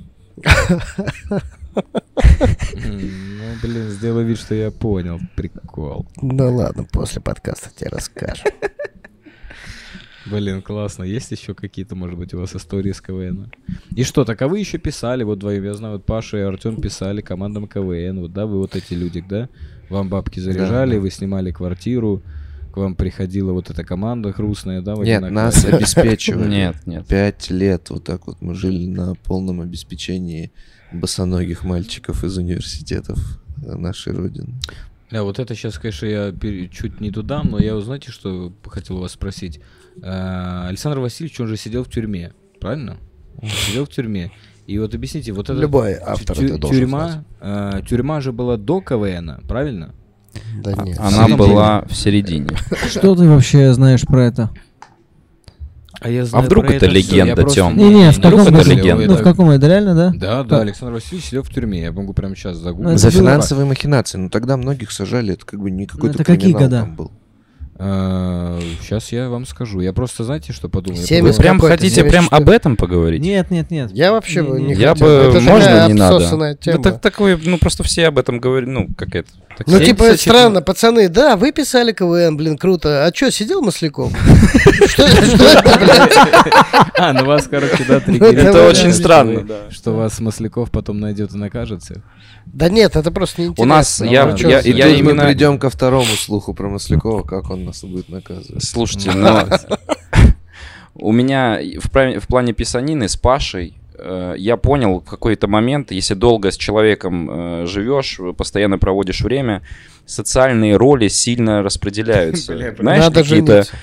Ну, блин, сделай вид, что я понял. Прикол. Ну ладно, после подкаста тебе расскажу. Блин, классно. Есть еще какие-то, может быть, у вас истории с КВН? И что, так а вы еще писали, вот вдвоем, я знаю, вот Паша и Артем писали командам КВН, вот, да, вы вот эти люди, да? Вам бабки заряжали, Да. вы снимали квартиру, к вам приходила вот эта команда грустная, да? в Нет, одинаковой нас одежде? обеспечивали. Нет, нет. Пять лет вот так вот мы жили на полном обеспечении босоногих мальчиков из университетов нашей родины. Да, вот это сейчас, конечно, я пере- чуть не туда, но я, вот знаете, что хотел у вас спросить? А, Александр Васильевич, он же сидел в тюрьме, правильно? Он сидел в тюрьме. И вот объясните, вот это Любой автор это должен тюрьма, а, тюрьма же была до КВН, правильно? Да нет. Она середине. была в середине. Что ты вообще знаешь про это? А я А вдруг про это всё, легенда, я просто- Тём? Не-не, в Вдруг каком это году? легенда? Ну, в каком это реально, да? Да, да, Как? Александр Васильевич сидел в тюрьме. Я могу прямо сейчас Ну, загуглить. это За было- финансовые махинации. Но тогда многих сажали, это как бы не какой-то это какие криминал года? там был. Сейчас я вам скажу. Я просто, знаете, что подумал? Я Семьдесят Вы подумал, прям какой-то, хотите прям семьдесят об этом поговорить? Нет, нет, нет. Я вообще бы Не-не. не Я хотел. бы, Это же можно, такая не надо. обсосанная Ну, тема. так, такое, ну, просто все об этом говорят, ну, как это. так Ну, все- типа, кстати, странно, пацаны, да, вы писали КВН, блин, круто. А чё, сидел Масляков? Что что это, блин? А, ну вас, короче, да, Это триггерит. Это очень что странно, вы- да. Что вас Масляков потом найдет и накажет всех. Да нет, это просто неинтересно. У нас, Ну я, ладно. я, И я тут мы именно... придем ко второму слуху про Маслякова, как он нас будет наказывать. Слушай, слушайте, но у меня в, пра- в плане писанины с Пашей э, я понял в какой-то момент, если долго с человеком э, живешь, постоянно проводишь время, социальные роли сильно распределяются. Знаешь, Надо какие-то... жениться.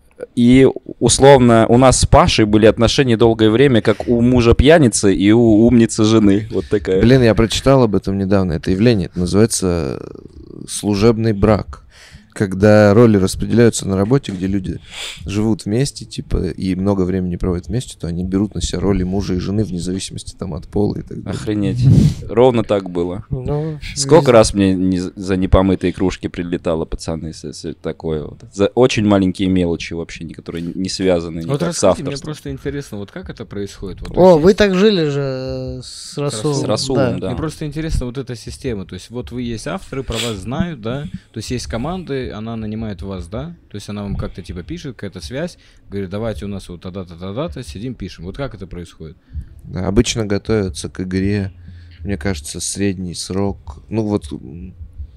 И условно у нас с Пашей были отношения долгое время, как у мужа пьяницы и у умницы жены. Вот такая. Блин, я прочитал об этом недавно. Это явление, это называется служебный брак. Когда роли распределяются на работе, где люди живут вместе, типа, и много времени проводят вместе, то они берут на себя роли мужа и жены вне зависимости там от пола и так далее. Охренеть. Ровно так было. Ну, Сколько раз мне не- за непомытые кружки прилетало, пацаны, с- с- такое вот. За очень маленькие мелочи вообще, не- которые не связаны Вот никак с расскажите, мне авторством. просто интересно, вот как это происходит? Вот, то О, есть вы есть- так жили же с Расулом. С Расулом, да. Мне просто интересно вот эта система. То есть вот вы есть авторы, про вас знают, да? То есть есть команды, она нанимает вас, да? То есть она вам как-то типа пишет, какая-то связь, говорит, давайте у нас вот тогда-то, тогда-то, сидим, пишем. Вот как это происходит? Да, обычно готовятся к игре, мне кажется, средний срок. Ну вот, м,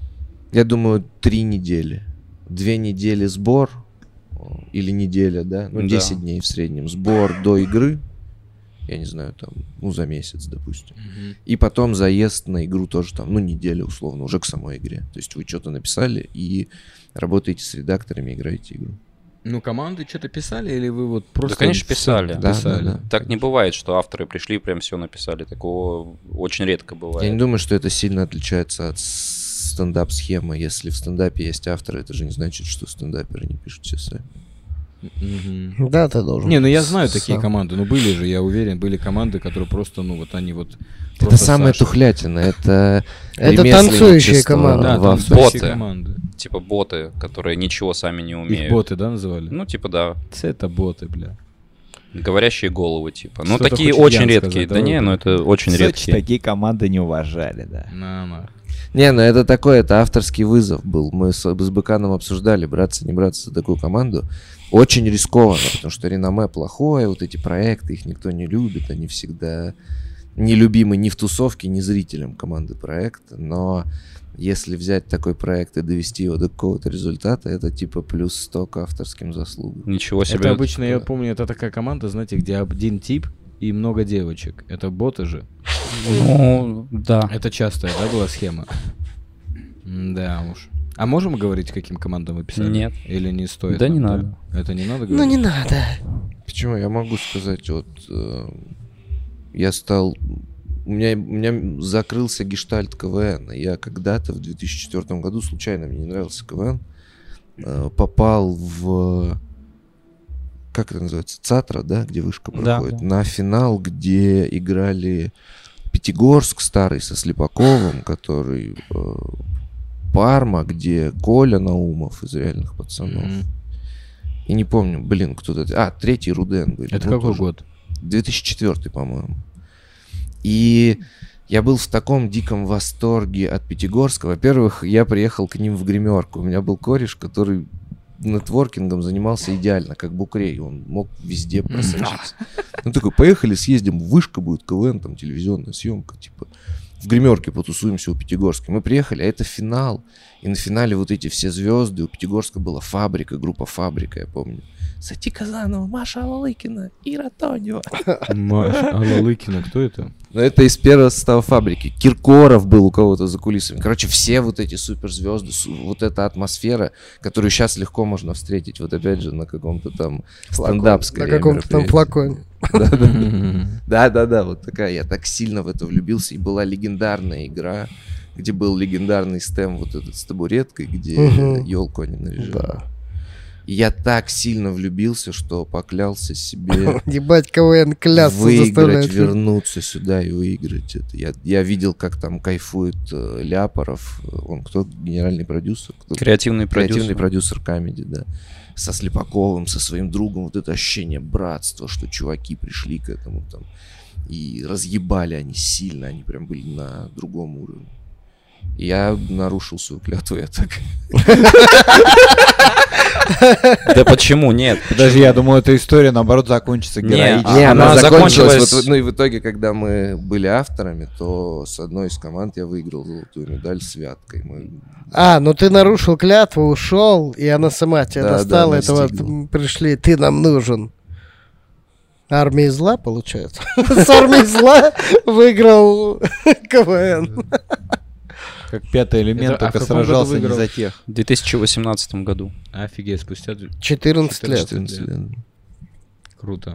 я думаю, три недели. Две недели сбор, о, или неделя, да? Ну, Да. десять дней в среднем. Сбор до игры, я не знаю, там, ну, за месяц, допустим. И потом заезд на игру тоже там, ну, неделя условно, уже к самой игре. То есть вы что-то написали и работаете с редакторами, играете игру. Ну, команды что-то писали или вы вот просто... Да, конечно, всё писали. Да, писали? да, да. Так не бывает, что авторы пришли и прям все написали. Такого очень редко бывает. Я не думаю, что это сильно отличается от с- стендап-схемы. Если в стендапе есть авторы, это же не значит, что стендаперы не пишут все сами. Мгм. Да, ты должен. Не, ну я знаю такие сам. команды, ну были же, я уверен, были команды, которые просто, ну вот они вот... Это просто самая Саша. тухлятина, это Это ремесленничество танцующие команды. Да, в там авторстве. боты. команды. Типа боты, которые ничего сами не Их умеют. боты, да, называли? Ну, типа, да. Это боты, бля. Говорящие головы, типа. Ну, Что-то такие хочет очень Ян редкие. сказать, Да давай не, вот ну это. это очень В Сочи редкие. такие команды не уважали, да. На, на. Не, ну это такой, это авторский вызов был. Мы с, с Быканом обсуждали, браться, не браться за такую команду. Очень рискованно, потому что реноме плохое, вот эти проекты, их никто не любит, они всегда нелюбимы ни в тусовке, ни зрителям команды проекта. Но если взять такой проект и довести его до какого-то результата, это типа плюс сто к авторским заслугам. Ничего себе. Это обычно, я да. помню, это такая команда, знаете, где один тип и много девочек. Это боты же. Ну, да. Это частая, да, была схема? Да уж. А можем говорить, каким командам вы писали? Нет. Или не стоит? Да нам, не надо. Это не надо Ну говорить? не надо. Почему? Я могу сказать, вот э, я стал... У меня, у меня закрылся гештальт КВН. Я когда-то в две тысячи четвёртом году, случайно мне не нравился КВН, э, попал в... Как это называется? ЦАТРА, да? Где вышка Да, проходит. да. На финал, где играли Пятигорск старый со Слепаковым, который... э, Парма, где Коля Наумов из «Реальных пацанов». Мгм. И не помню, блин, кто-то... А, третий Руден был. Это Ну, какой тоже. год? две тысячи четвёртый, по-моему. И я был в таком диком восторге от Пятигорска. Во-первых, я приехал к ним в гримерку. У меня был кореш, который нетворкингом занимался идеально, как Букрей. Он мог везде просочиться. Ну такой, поехали, съездим, вышка будет, КВН, там телевизионная съемка, типа. В гримерке потусуемся у Пятигорска. Мы приехали, а это финал. И на финале вот эти все звезды. У Пятигорска была «Фабрика», группа «Фабрика», я помню. Сати Казанова, Маша Алалыкина, Ира Тонева. Маша Алалыкина, кто это? Но это из первого состава «Фабрики». Киркоров был у кого-то за кулисами. Короче, все вот эти суперзвезды, су- вот эта атмосфера, которую сейчас легко можно встретить, вот опять же на каком-то там стендап, На скорее, каком-то там мероприятии. флаконе. Да-да-да, вот такая. Я так сильно в это влюбился. И была легендарная игра, где был легендарный стем вот этот с табуреткой, где Мгм. елку они наряжали. Да. И я так сильно влюбился, что поклялся себе Ебать, КВН клясться выиграть, заставляет. вернуться сюда и выиграть это. Я, я видел, как там кайфует э, Ляпоров. Он кто? Генеральный продюсер? Кто? Креативный Креативный продюсер. продюсер Камеди, да. Со Слепаковым, со своим другом. Вот это ощущение братства, что чуваки пришли к этому там. И разъебали они сильно. Они прям были на другом уровне. И я нарушил свою клятву, я так... Да почему нет? Подожди, я думаю, эта история, наоборот, закончится Не, героически. Не, она, Она закончилась. закончилась- вот, ну и в итоге, когда мы были авторами, то с одной из команд я выиграл золотую медаль с Вяткой. Мы... А, ну ты нарушил клятву, ушел, и она сама тебя Да, достала. да, это вот настигла. м, пришли, ты нам нужен. Армия зла, получается. С армией зла выиграл КВН. Как пятый элемент, Это- а в только каком году сражался не выиграл? за тех. В две тысячи восемнадцатом году. Офигеть, спустя... д- четырнадцать лет. четырнадцать лет. Круто.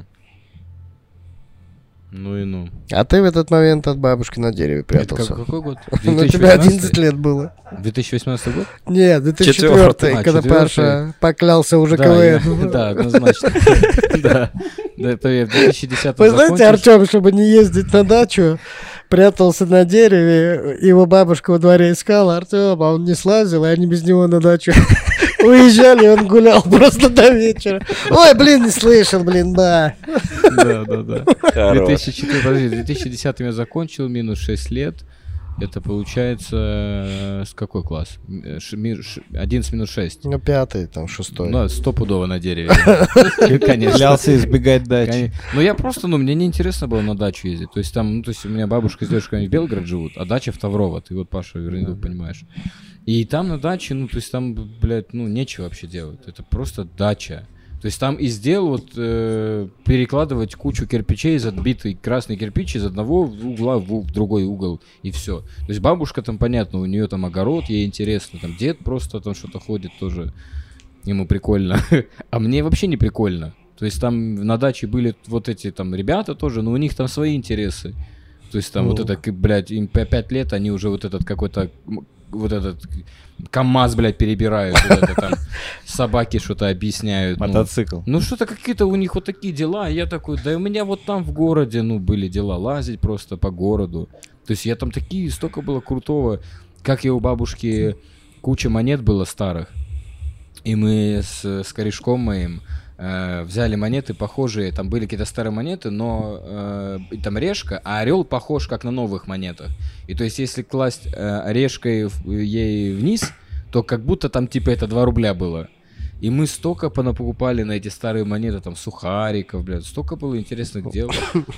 Ну и ну. А ты в этот момент от бабушки на дереве Это прятался. как- какой год? Ну, у тебя одиннадцать лет было. две тысячи восемнадцатый год? Нет, две тысячи Четвёртый. четвёртый, А, когда четвёртый. Паша поклялся уже Да, КВН. я- да, однозначно. Да. Да, это я в две тысячи десятом Вы знаете, закончил. Артем, чтобы не ездить на дачу, прятался на дереве, его бабушка во дворе искала Артема, а он не слазил, и они без него на дачу уезжали, и он гулял просто до вечера. Ой, блин, не слышал, блин, да. Да, да, да. Хорош. две тысячи четвёртый, подожди, в две тысячи десятом я закончил, минус шесть лет. Это получается э, с какой класс? Э, ш- ми- ш- одиннадцать минус шесть. Ну, пятый, там, шестой. Ну, стопудово на дереве. Конечно. Клялся избегать дачи. Кон- Ну, я просто, ну, мне неинтересно было на дачу ездить. То есть там, ну, то есть у меня бабушка с дедушкой в Белгород живут, а дача в Таврово. Ты вот, Паша, вернее, понимаешь. И там на даче, ну, то есть там, блядь, ну, нечего вообще делать. Это просто дача. То есть там из дел вот э, перекладывать кучу кирпичей из отбитый красный кирпич из одного угла в, у- в другой угол, и все. То есть бабушка там, понятно, у нее там огород, ей интересно. Там дед просто там что-то ходит тоже, ему прикольно. А мне вообще не прикольно. То есть там на даче были вот эти там ребята тоже, но у них там свои интересы. То есть там вот это, к- блядь, им по пять лет, они уже вот этот какой-то, м, вот этот КамАЗ, блядь, перебирают, вот это там собаки что-то объясняют. ну. Мотоцикл. Ну что-то какие-то у них вот такие дела, а я такой, да у меня вот там в городе, ну, были дела, лазить просто по городу. То есть я там такие, столько было крутого, как и у бабушки куча монет было старых. И мы с, с корешком моим э, взяли монеты похожие, там были какие-то старые монеты, но э, и там решка, а орел похож как на новых монетах. И то есть если класть э, решкой в- ей вниз, то как будто там типа это два рубля было. И мы столько понапокупали на эти старые монеты, там, сухариков, блядь, столько было интересных дел.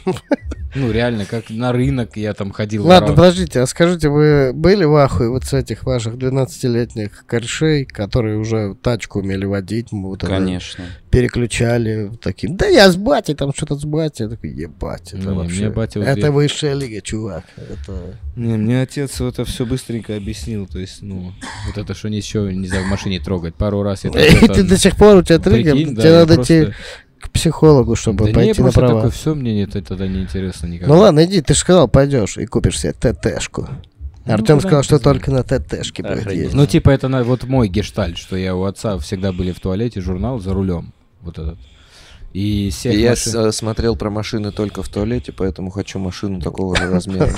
Ну, реально, как на рынок я там ходил. Ладно, брал. подождите, а скажите, вы были в ахуе вот с этих ваших двенадцатилетних корешей, которые уже тачку умели водить, мы вот это Конечно. переключали таким, да я с батей, там что-то с батей, я такой, ебать, это Не, вообще, мне батя вот это я- высшая лига, чувак, это... Не, мне отец это все быстренько объяснил, то есть, ну, вот это, что ничего нельзя в машине трогать. Пару раз я... там И что-то- ты до сих пор, у тебя триггер, Прикинь, да, тебе я надо просто- идти к психологу, чтобы Да не, пойти на просто права. такой, все, мне это тогда не интересно никогда. Ну ладно, иди, ты же сказал, пойдешь и купишь себе ТТшку. Ну, Артем да, сказал, что не знаю. только на ТТшке будет Охренеть. ездить. Ну, типа, это на, вот мой гештальт, что я у отца всегда были в туалете, журнал за рулем, вот этот. И всех И я машин- с- э, смотрел про машины только в туалете, поэтому хочу машину такого же размера.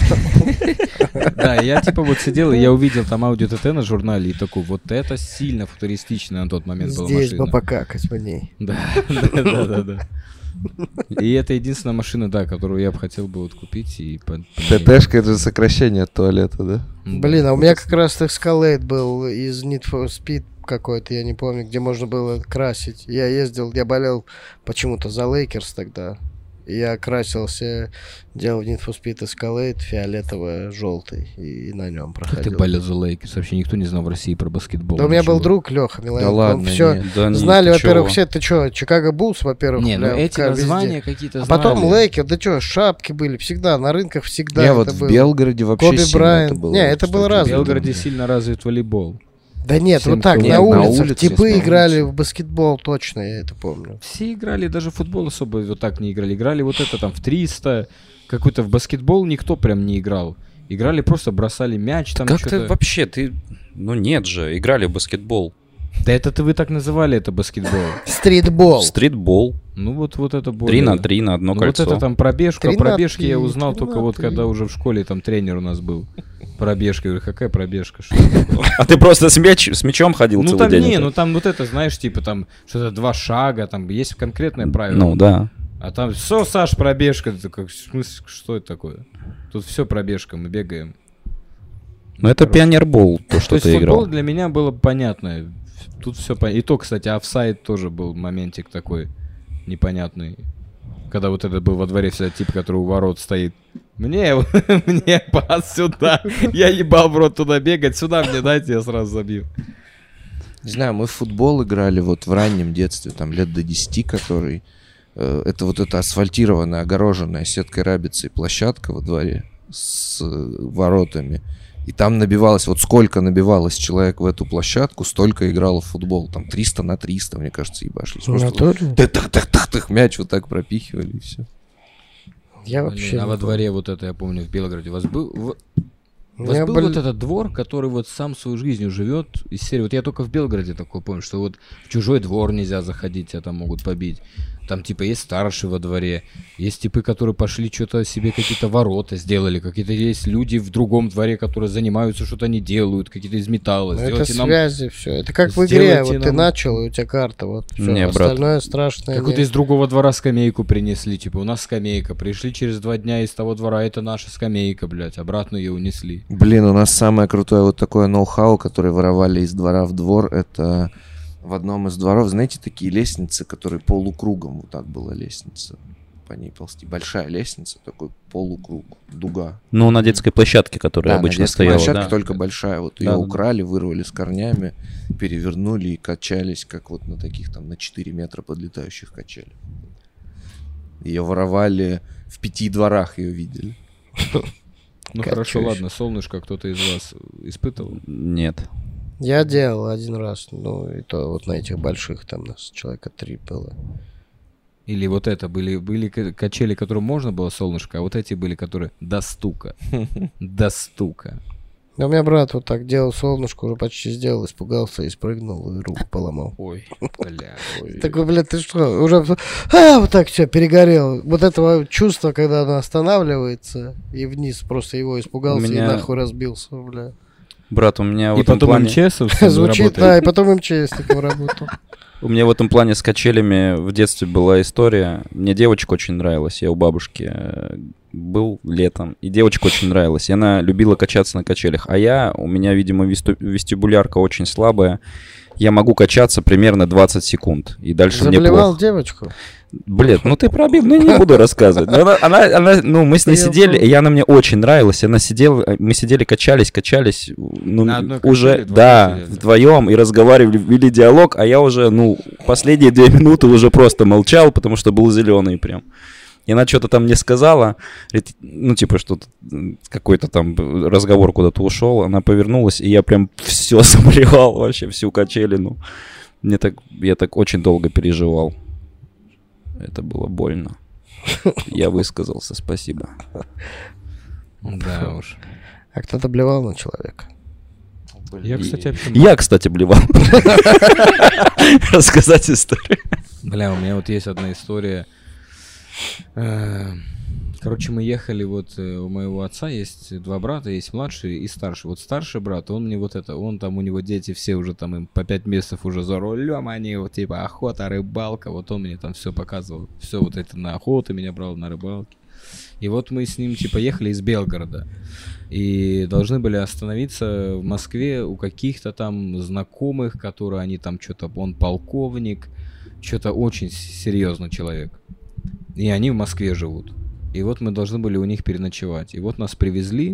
Да, я типа вот сидел, и я увидел там Audi ти ти на журнале, и такой, вот это сильно футуристичная на тот момент была Здесь бы машина. покакать по ней. Да, да, да, да, да. И это единственная машина, да, которую я бы хотел бы вот купить и... по- по ней- ТТшка — это же сокращение от туалета, да? Да. Блин, а у меня как раз Escalade был из Need for Speed какой-то, я не помню, где можно было красить. Я ездил, я болел почему-то за Лейкерс тогда. И я красился, делал в Need for Speed Escalade фиолетово-желтый и, и на нем Как ты проходил. болел за Лейкерс? Вообще никто не знал в России про баскетбол. Да у меня был ничего. друг Леха Милоненко. Да ладно, все нет. Да не, знали, ты во-первых, чего? все, ты что, Чикаго Буллс, во-первых, Не, ну бля, эти ка- везде. названия какие-то А знали. потом Лейкер, да что, шапки были всегда, на рынках всегда Не, это вот в было. Белгороде вообще Коби сильно Брайант. это было. Не, это было кстати. В развито. Белгороде сильно развит волейбол. Да нет, Всем вот так, кто- на Нет, на улицах, улице, типы на играли улице. в баскетбол, точно, я это помню. Все играли, даже в футбол особо вот так не играли. Играли вот это там в триста, какой-то в баскетбол никто прям не играл. Играли, просто бросали мяч там Как что-то. ты вообще, ты... Ну нет же, играли в баскетбол. Да это ты вы так называли, это баскетбол. Стритбол. Стритбол. Ну вот, вот это более... Три на три на одно Ну, кольцо. вот это там пробежка. Три на Пробежки я три, узнал три только на вот три. когда уже в школе там тренер у нас был. Пробежка. Я говорю, какая пробежка? Что это такое? А ты просто с, мяч- с мячом ходил Ну целый там день? не, это? ну там вот это, знаешь, типа там что-то два шага, там есть конкретное правило. Ну да. А там все, Саш, пробежка. Ты такой, в смысле, что это такое? Тут все пробежка, мы бегаем. Ну это пионербол, то, что То есть ты футбол играл. для меня было понятно. тут все понятно. И то, кстати, офсайд тоже был моментик такой непонятный. Когда вот это был во дворе всегда тип, который у ворот стоит. Мне, мне пас сюда. Я ебал в рот туда бегать. Сюда мне дайте, я сразу забью. Не знаю, мы в футбол играли вот в раннем детстве, там лет до десяти, который... Э, это вот эта асфальтированная, огороженная сеткой рабицей площадка во дворе с э, воротами. И там набивалось, вот сколько набивалось человек в эту площадку, столько играло в футбол. Там триста на триста, мне кажется, ебашились. Тах-тах-тах-тах, мяч вот так пропихивали и все. Я вообще... А во дворе вот это, я помню, в Белгороде у вас был... У У вас меня был были- вот этот двор, который вот сам свою жизнью живет из серии. Вот я только в Белгороде такое помню, что вот в чужой двор нельзя заходить, тебя там могут побить. Там типа есть старший во дворе, есть типы, которые пошли что-то себе какие-то ворота сделали, какие-то есть люди в другом дворе, которые занимаются, что-то они делают, какие-то из металла. Ну, это Сделайте нам связи, все. Это как в игре, Сделайте вот ты нам- начал, и у тебя карта, вот все. Не, брат. Остальное страшное. какую-то нет. из другого двора скамейку принесли, типа у нас скамейка, пришли через два дня из того двора, это наша скамейка, блядь, обратно ее унесли. Блин, у нас самое крутое вот такое ноу-хау, которое воровали из двора в двор, это в одном из дворов, знаете, такие лестницы, которые полукругом, вот так была лестница, по ней ползти. Большая лестница, такой полукруг, дуга. Ну, на детской площадке, которая Да, на обычно детской стояла. площадке, да. только большая. Вот ее Да, да, да. украли, вырвали с корнями, перевернули и качались, как вот на таких там на четыре метра подлетающих качелях. Ее воровали в пяти дворах, ее видели. Ну Как хорошо, чё ладно, солнышко кто-то из вас испытывал? Нет. Я делал один раз, ну, и то вот на этих больших там нас человека три было. Или вот это были, были к- качели, которым можно было солнышко, а вот эти были, которые до стука. До стука. Да у меня брат вот так делал, солнышко уже почти сделал, испугался и спрыгнул, и руку поломал. Ой, бля. Такой, блядь, ты что, уже а, вот так все, перегорел. Вот этого чувства, когда оно останавливается, и вниз просто его испугался, У меня- и нахуй разбился, бля. Брат, у меня в И этом потом плане... МЧС Звучит, да, и потом МЧСником работал. У меня в этом плане с качелями в детстве была история. Мне девочка очень нравилась. Я у бабушки э, был летом, и девочка очень нравилась. И она любила качаться на качелях. А я, у меня, видимо, весту- вестибулярка очень слабая. Я могу качаться примерно двадцать секунд. И дальше мне Заблевал плохо. девочку. Блин, ну ты пробил, ну не буду рассказывать. Но Она, она, она- ну мы с ней Я сидели, понял. и она мне очень нравилась. Она сидела, мы сидели, качались, качались, ну На одной уже, качеле вдвоем да, сидели? вдвоем и разговаривали, вели диалог, а я уже, ну последние две минуты уже просто молчал, потому что был зеленый прям. И она что-то там мне сказала, говорит, ну типа что-то, м, какой-то там разговор куда-то ушел, она повернулась, и я прям все заблевал вообще, всю качелину. Мне так, я так очень долго переживал. Это было больно. Я высказался, спасибо. Да уж. А кто-то блевал на человека. Я, кстати, вообще... Я, кстати, блевал. Рассказать историю. Бля, у меня вот есть одна история. Э, Короче, мы ехали, вот э, у моего отца есть два брата, есть младший и старший. Вот старший брат, он мне вот это, он там, у него дети все уже там, им по пять месяцев уже за рулем, они вот типа охота, рыбалка, вот он мне там все показывал. Все вот это на охоту меня брал, на рыбалки. И вот мы с ним типа ехали из Белгорода. И должны были остановиться в Москве у каких-то там знакомых, которые они там что-то, он полковник, что-то очень с- серьезный человек. И они в Москве живут. И вот мы должны были у них переночевать. И вот нас привезли,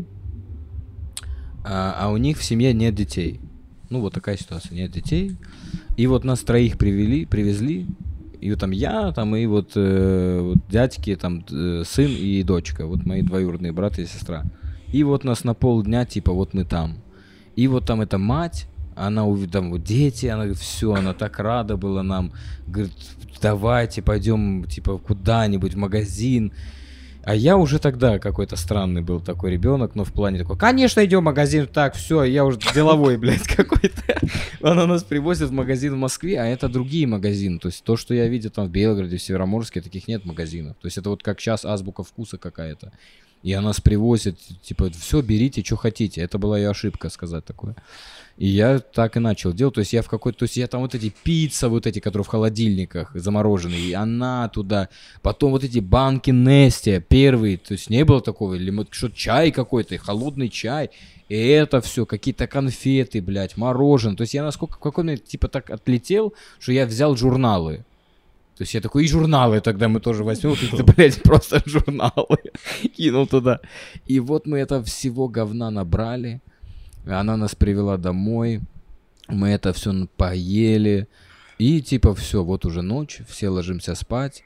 а, а у них в семье нет детей. Ну вот такая ситуация, нет детей. И вот нас троих привели, привезли. И вот там я, там и вот, э, вот дядьки, там э, сын и дочка. Вот мои двоюродные брат и сестра. И вот нас на полдня, типа, вот мы там. И вот там эта мать, она увидела, там вот дети, она говорит, все, она так рада была нам. Говорит, давайте пойдем, типа, куда-нибудь в магазин. А я уже тогда какой-то странный был такой ребенок, но в плане такой, конечно, идем в магазин, так, все, я уже деловой, блядь, какой-то. Она нас привозит в магазин в Москве, а это другие магазины. То есть то, что я видел там в Белгороде, в Североморске, таких нет магазинов. То есть это вот как сейчас азбука вкуса какая-то. И она нас привозит, типа, все, берите, что хотите. Это была ее ошибка сказать такое. И я так и начал делать. То есть я в какой-то... То есть я там вот эти пицца, вот эти, которые в холодильниках замороженные, и она туда. Потом вот эти банки Нести первые. То есть не было такого. Или что, чай какой-то, холодный чай. И это все, какие-то конфеты, блядь, мороженое. То есть я насколько в какой-то типа так отлетел, что я взял журналы. То есть я такой, и журналы тогда мы тоже возьмем, какие-то, блядь, просто журналы кинул туда. И вот мы это всего говна набрали. Она нас привела домой. Мы это все поели. И типа все, вот уже ночь, все ложимся спать.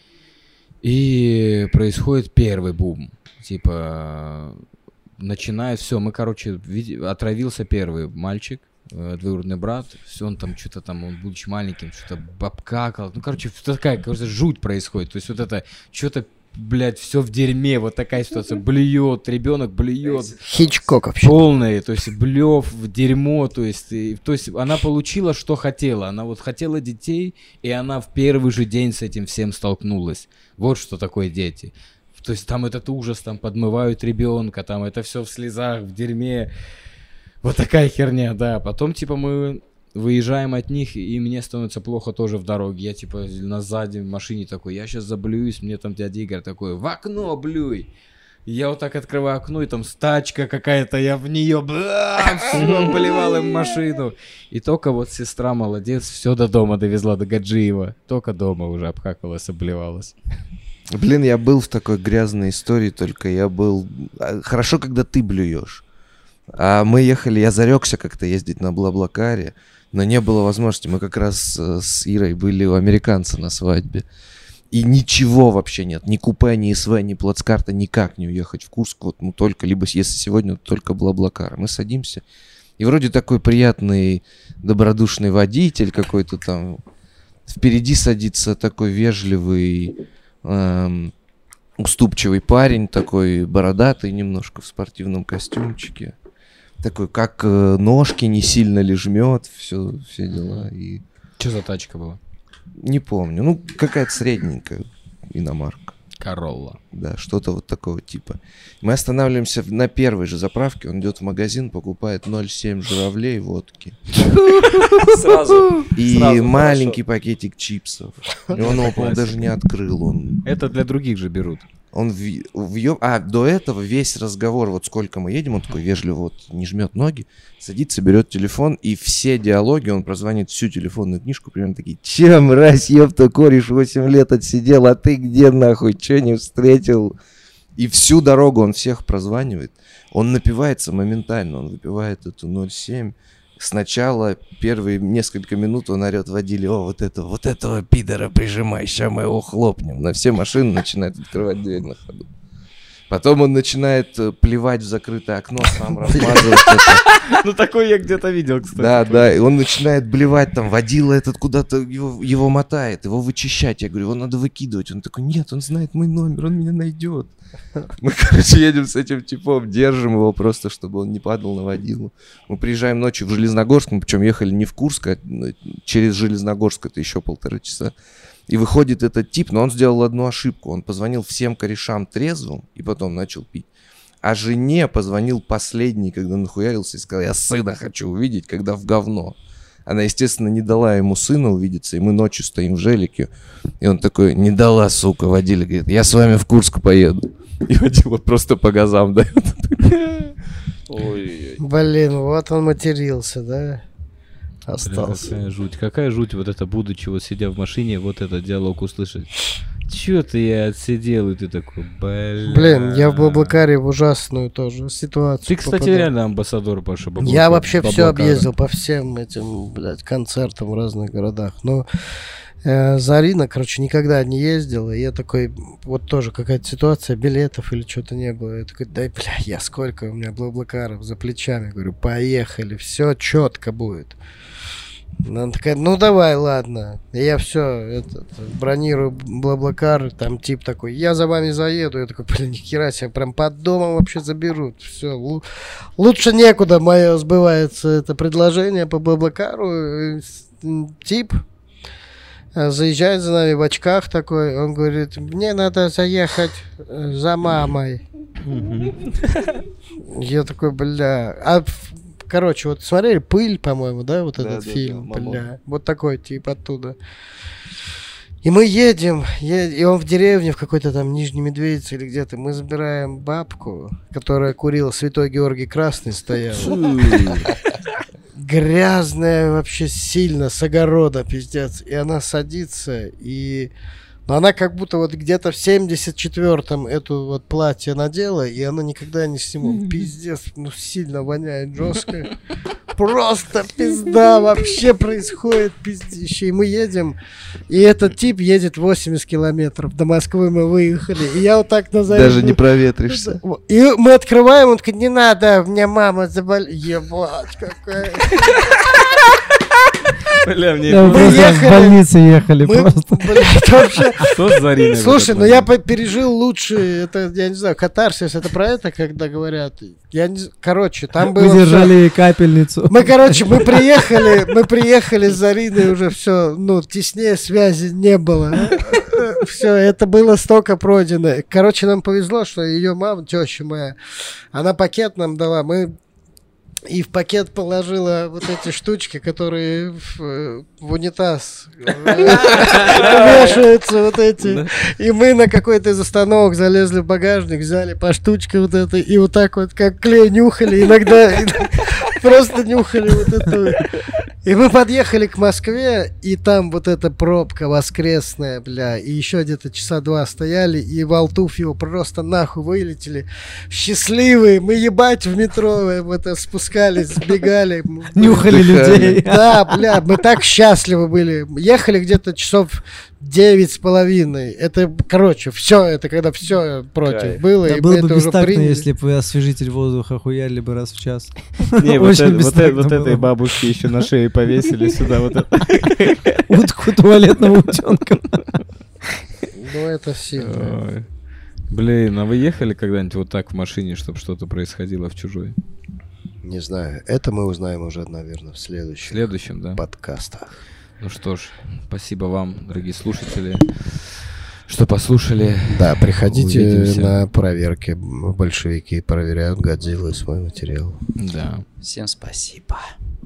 И происходит первый бум. Типа, начинает все. Мы, короче, отравился первый мальчик. Двоюродный брат, все, он там что-то там, он, будучи маленьким, что-то обкакал. Ну, короче, такая, кажется, жуть происходит. То есть вот это, что-то, блядь, все в дерьме, вот такая ситуация. Блюет, ребенок блюет. Хичкок вообще. Полный, то есть блев, дерьмо, то есть, и, то есть она получила, что хотела. Она вот хотела детей, и она в первый же день с этим всем столкнулась. Вот что такое дети. То есть там этот ужас, там подмывают ребенка, там это все в слезах, в дерьме. Вот такая херня, да. Потом, типа, мы выезжаем от них, и мне становится плохо тоже в дороге. Я, типа, на сзади в машине такой, я сейчас заблююсь, мне там дядя Игорь такой, в окно блюй. И я вот так открываю окно, и там стачка какая-то, я в нее, бля, все, поливал им машину. И только вот сестра молодец, все до дома довезла, до Гаджиева. Только дома уже обхакалась, обливалась. Блин, я был в такой грязной истории, только я был... Хорошо, когда ты блюешь. А мы ехали, я зарекся как-то ездить на Блаблакаре, но не было возможности. Мы как раз с Ирой были у американца на свадьбе. И ничего вообще нет. Ни купе, ни СВ, ни плацкарта, никак не уехать в Курск. Вот, ну, только, либо если сегодня, то только Блаблакар. Мы садимся. И вроде такой приятный, добродушный водитель какой-то там. Впереди садится такой вежливый... Эм, уступчивый парень, такой бородатый немножко в спортивном костюмчике. Такой, как э, ножки не сильно ли жмет, все, все дела. И... Что за тачка была? Не помню. Ну, какая-то средненькая иномарка. Королла. Да, что-то вот такого типа. Мы останавливаемся на первой же заправке. Он идет в магазин, покупает ноль семь журавлей водки. Сразу. И маленький пакетик чипсов. И он его, по-моему, даже не открыл. Он... Это для других же берут. Он в, в, а, до этого весь разговор, вот сколько мы едем, он такой вежливо вот не жмет ноги, садится, берет телефон, и все диалоги, он прозвонит всю телефонную книжку, примерно такие, че, мразь, ёпта, кореш восемь лет отсидел, а ты где нахуй, че не встретил? И всю дорогу он всех прозванивает. Он напивается моментально, он выпивает эту ноль семь. Сначала первые несколько минут он орет водили, о, вот этого, вот этого пидора прижимай, ща мы его хлопнем. На все машины начинает открывать дверь на ходу. Потом он начинает плевать в закрытое окно, сам размазывать это. Ну, такой я где-то видел, кстати. Да, да, и он начинает блевать, там, водила этот куда-то, его, его мотает, его вычищать. Я говорю, его надо выкидывать. Он такой, нет, он знает мой номер, он меня найдет. Мы, короче, едем с этим типом, держим его просто, чтобы он не падал на водилу. Мы приезжаем ночью в Железногорск, мы причем ехали не в Курск, а через Железногорск, это еще полтора часа. И выходит этот тип, но он сделал одну ошибку. Он позвонил всем корешам трезвым и потом начал пить. А жене позвонил последний, когда нахуярился, и сказал, я сына хочу увидеть, когда в говно. Она, естественно, не дала ему сына увидеться, и мы ночью стоим в Желике. И он такой, не дала, сука, водитель, говорит, я с вами в Курск поеду. И водитель вот просто по газам дает. Ой-ой-ой. Блин, вот он матерился, да? Остался. Какая жуть, какая жуть, вот это, будучи вот сидя в машине, вот этот диалог услышать. Чё ты я отсидел, и ты такой, бля. Блин, я в Блаблакаре в ужасную тоже ситуацию Ты, кстати, попадал. реально амбассадор, Паша, Баблакара. Я вообще все Баблакара. объездил по всем этим, блядь, концертам в разных городах. Но э, Зарина, короче, никогда не ездила. И я такой, вот тоже какая-то ситуация, билетов или что-то не было. Я такой, да, бля, я сколько у меня Блаблакаров за плечами. Говорю, поехали, все четко будет. Она такая, ну давай, ладно. И я все, этот, бронирую Блаблакар, там тип такой, я за вами заеду. Я такой, блин, ни хера себе, прям под домом вообще заберут. Все, л- лучше некуда мое сбывается это предложение по Блаблакару. Тип заезжает за нами в очках такой, он говорит, мне надо заехать за мамой. Я такой, бля... А, ф- короче, вот смотрели «Пыль», по-моему, да, вот Да, этот да, фильм, да, Мамон. бля. Вот такой тип оттуда. И мы едем, е- и он в деревне, в какой-то там Нижней Медведице или где-то. Мы забираем бабку, которая курила, Святой Георгий Красный стоял. Грязная вообще сильно, с огорода, пиздец. И она садится, и... Но она как будто вот где-то в семьдесят четвёртом эту вот платье надела, и она никогда не снимала. Пиздец, ну сильно воняет жестко. Просто пизда вообще происходит, пиздище. И мы едем, и этот тип едет восемьдесят километров. До Москвы мы выехали, и я вот так на заднем- Даже не проветришься. И мы открываем, он такой, не надо, у меня мама заболела. Ебать, какая... Бля, мне Да, Мы просто в ехали- больнице ехали Мы, просто. блядь, вообще... что с Зариной? в Слушай, этот ну я момент? по- пережил лучше, это, я не знаю, катарсис, это про это, когда говорят. Я не з- Короче, там было Вы всё. держали капельницу. Мы, короче, мы приехали, мы приехали с Зариной уже все, ну, теснее связи не было. Все, это было столько пройдено. Короче, нам повезло, что ее мама, теща моя, она пакет нам дала, мы и в пакет положила вот эти штучки, которые в, э, в унитаз вешаются вот эти. И мы на какой-то из остановок залезли в багажник, взяли по штучке вот этой, и вот так вот, как клей, нюхали. Иногда просто нюхали вот эту. И мы подъехали к Москве, и там вот эта пробка воскресная, бля, и еще где-то часа два стояли, и в Алтуфьево просто нахуй вылетели. Счастливые, мы ебать в метро э, вот это спускались, сбегали. Нюхали людей. Да, бля, мы так счастливы были. Ехали где-то часов девять с половиной. Это, короче, все, это когда все против Кайф. было, Да и мы было бы это уже бестактно, приняли. если бы вы освежитель воздуха хуяли бы раз в час. Не, вот, Очень это- вот, э- бестактно вот было этой бы. бабушке еще на шее повесили сюда вот это. Утку туалетного утенка. Ну, это сильно. Ой. Блин, а вы ехали когда-нибудь вот так в машине, чтобы что-то происходило в чужой? Не знаю, это мы узнаем уже, наверное, в В следующем следующем, да? подкастах. Ну что ж, спасибо вам, дорогие слушатели, что послушали. Да, приходите Увидимся. на проверки. Большевики проверяют Годзиллу и свой материал. Да. Всем спасибо.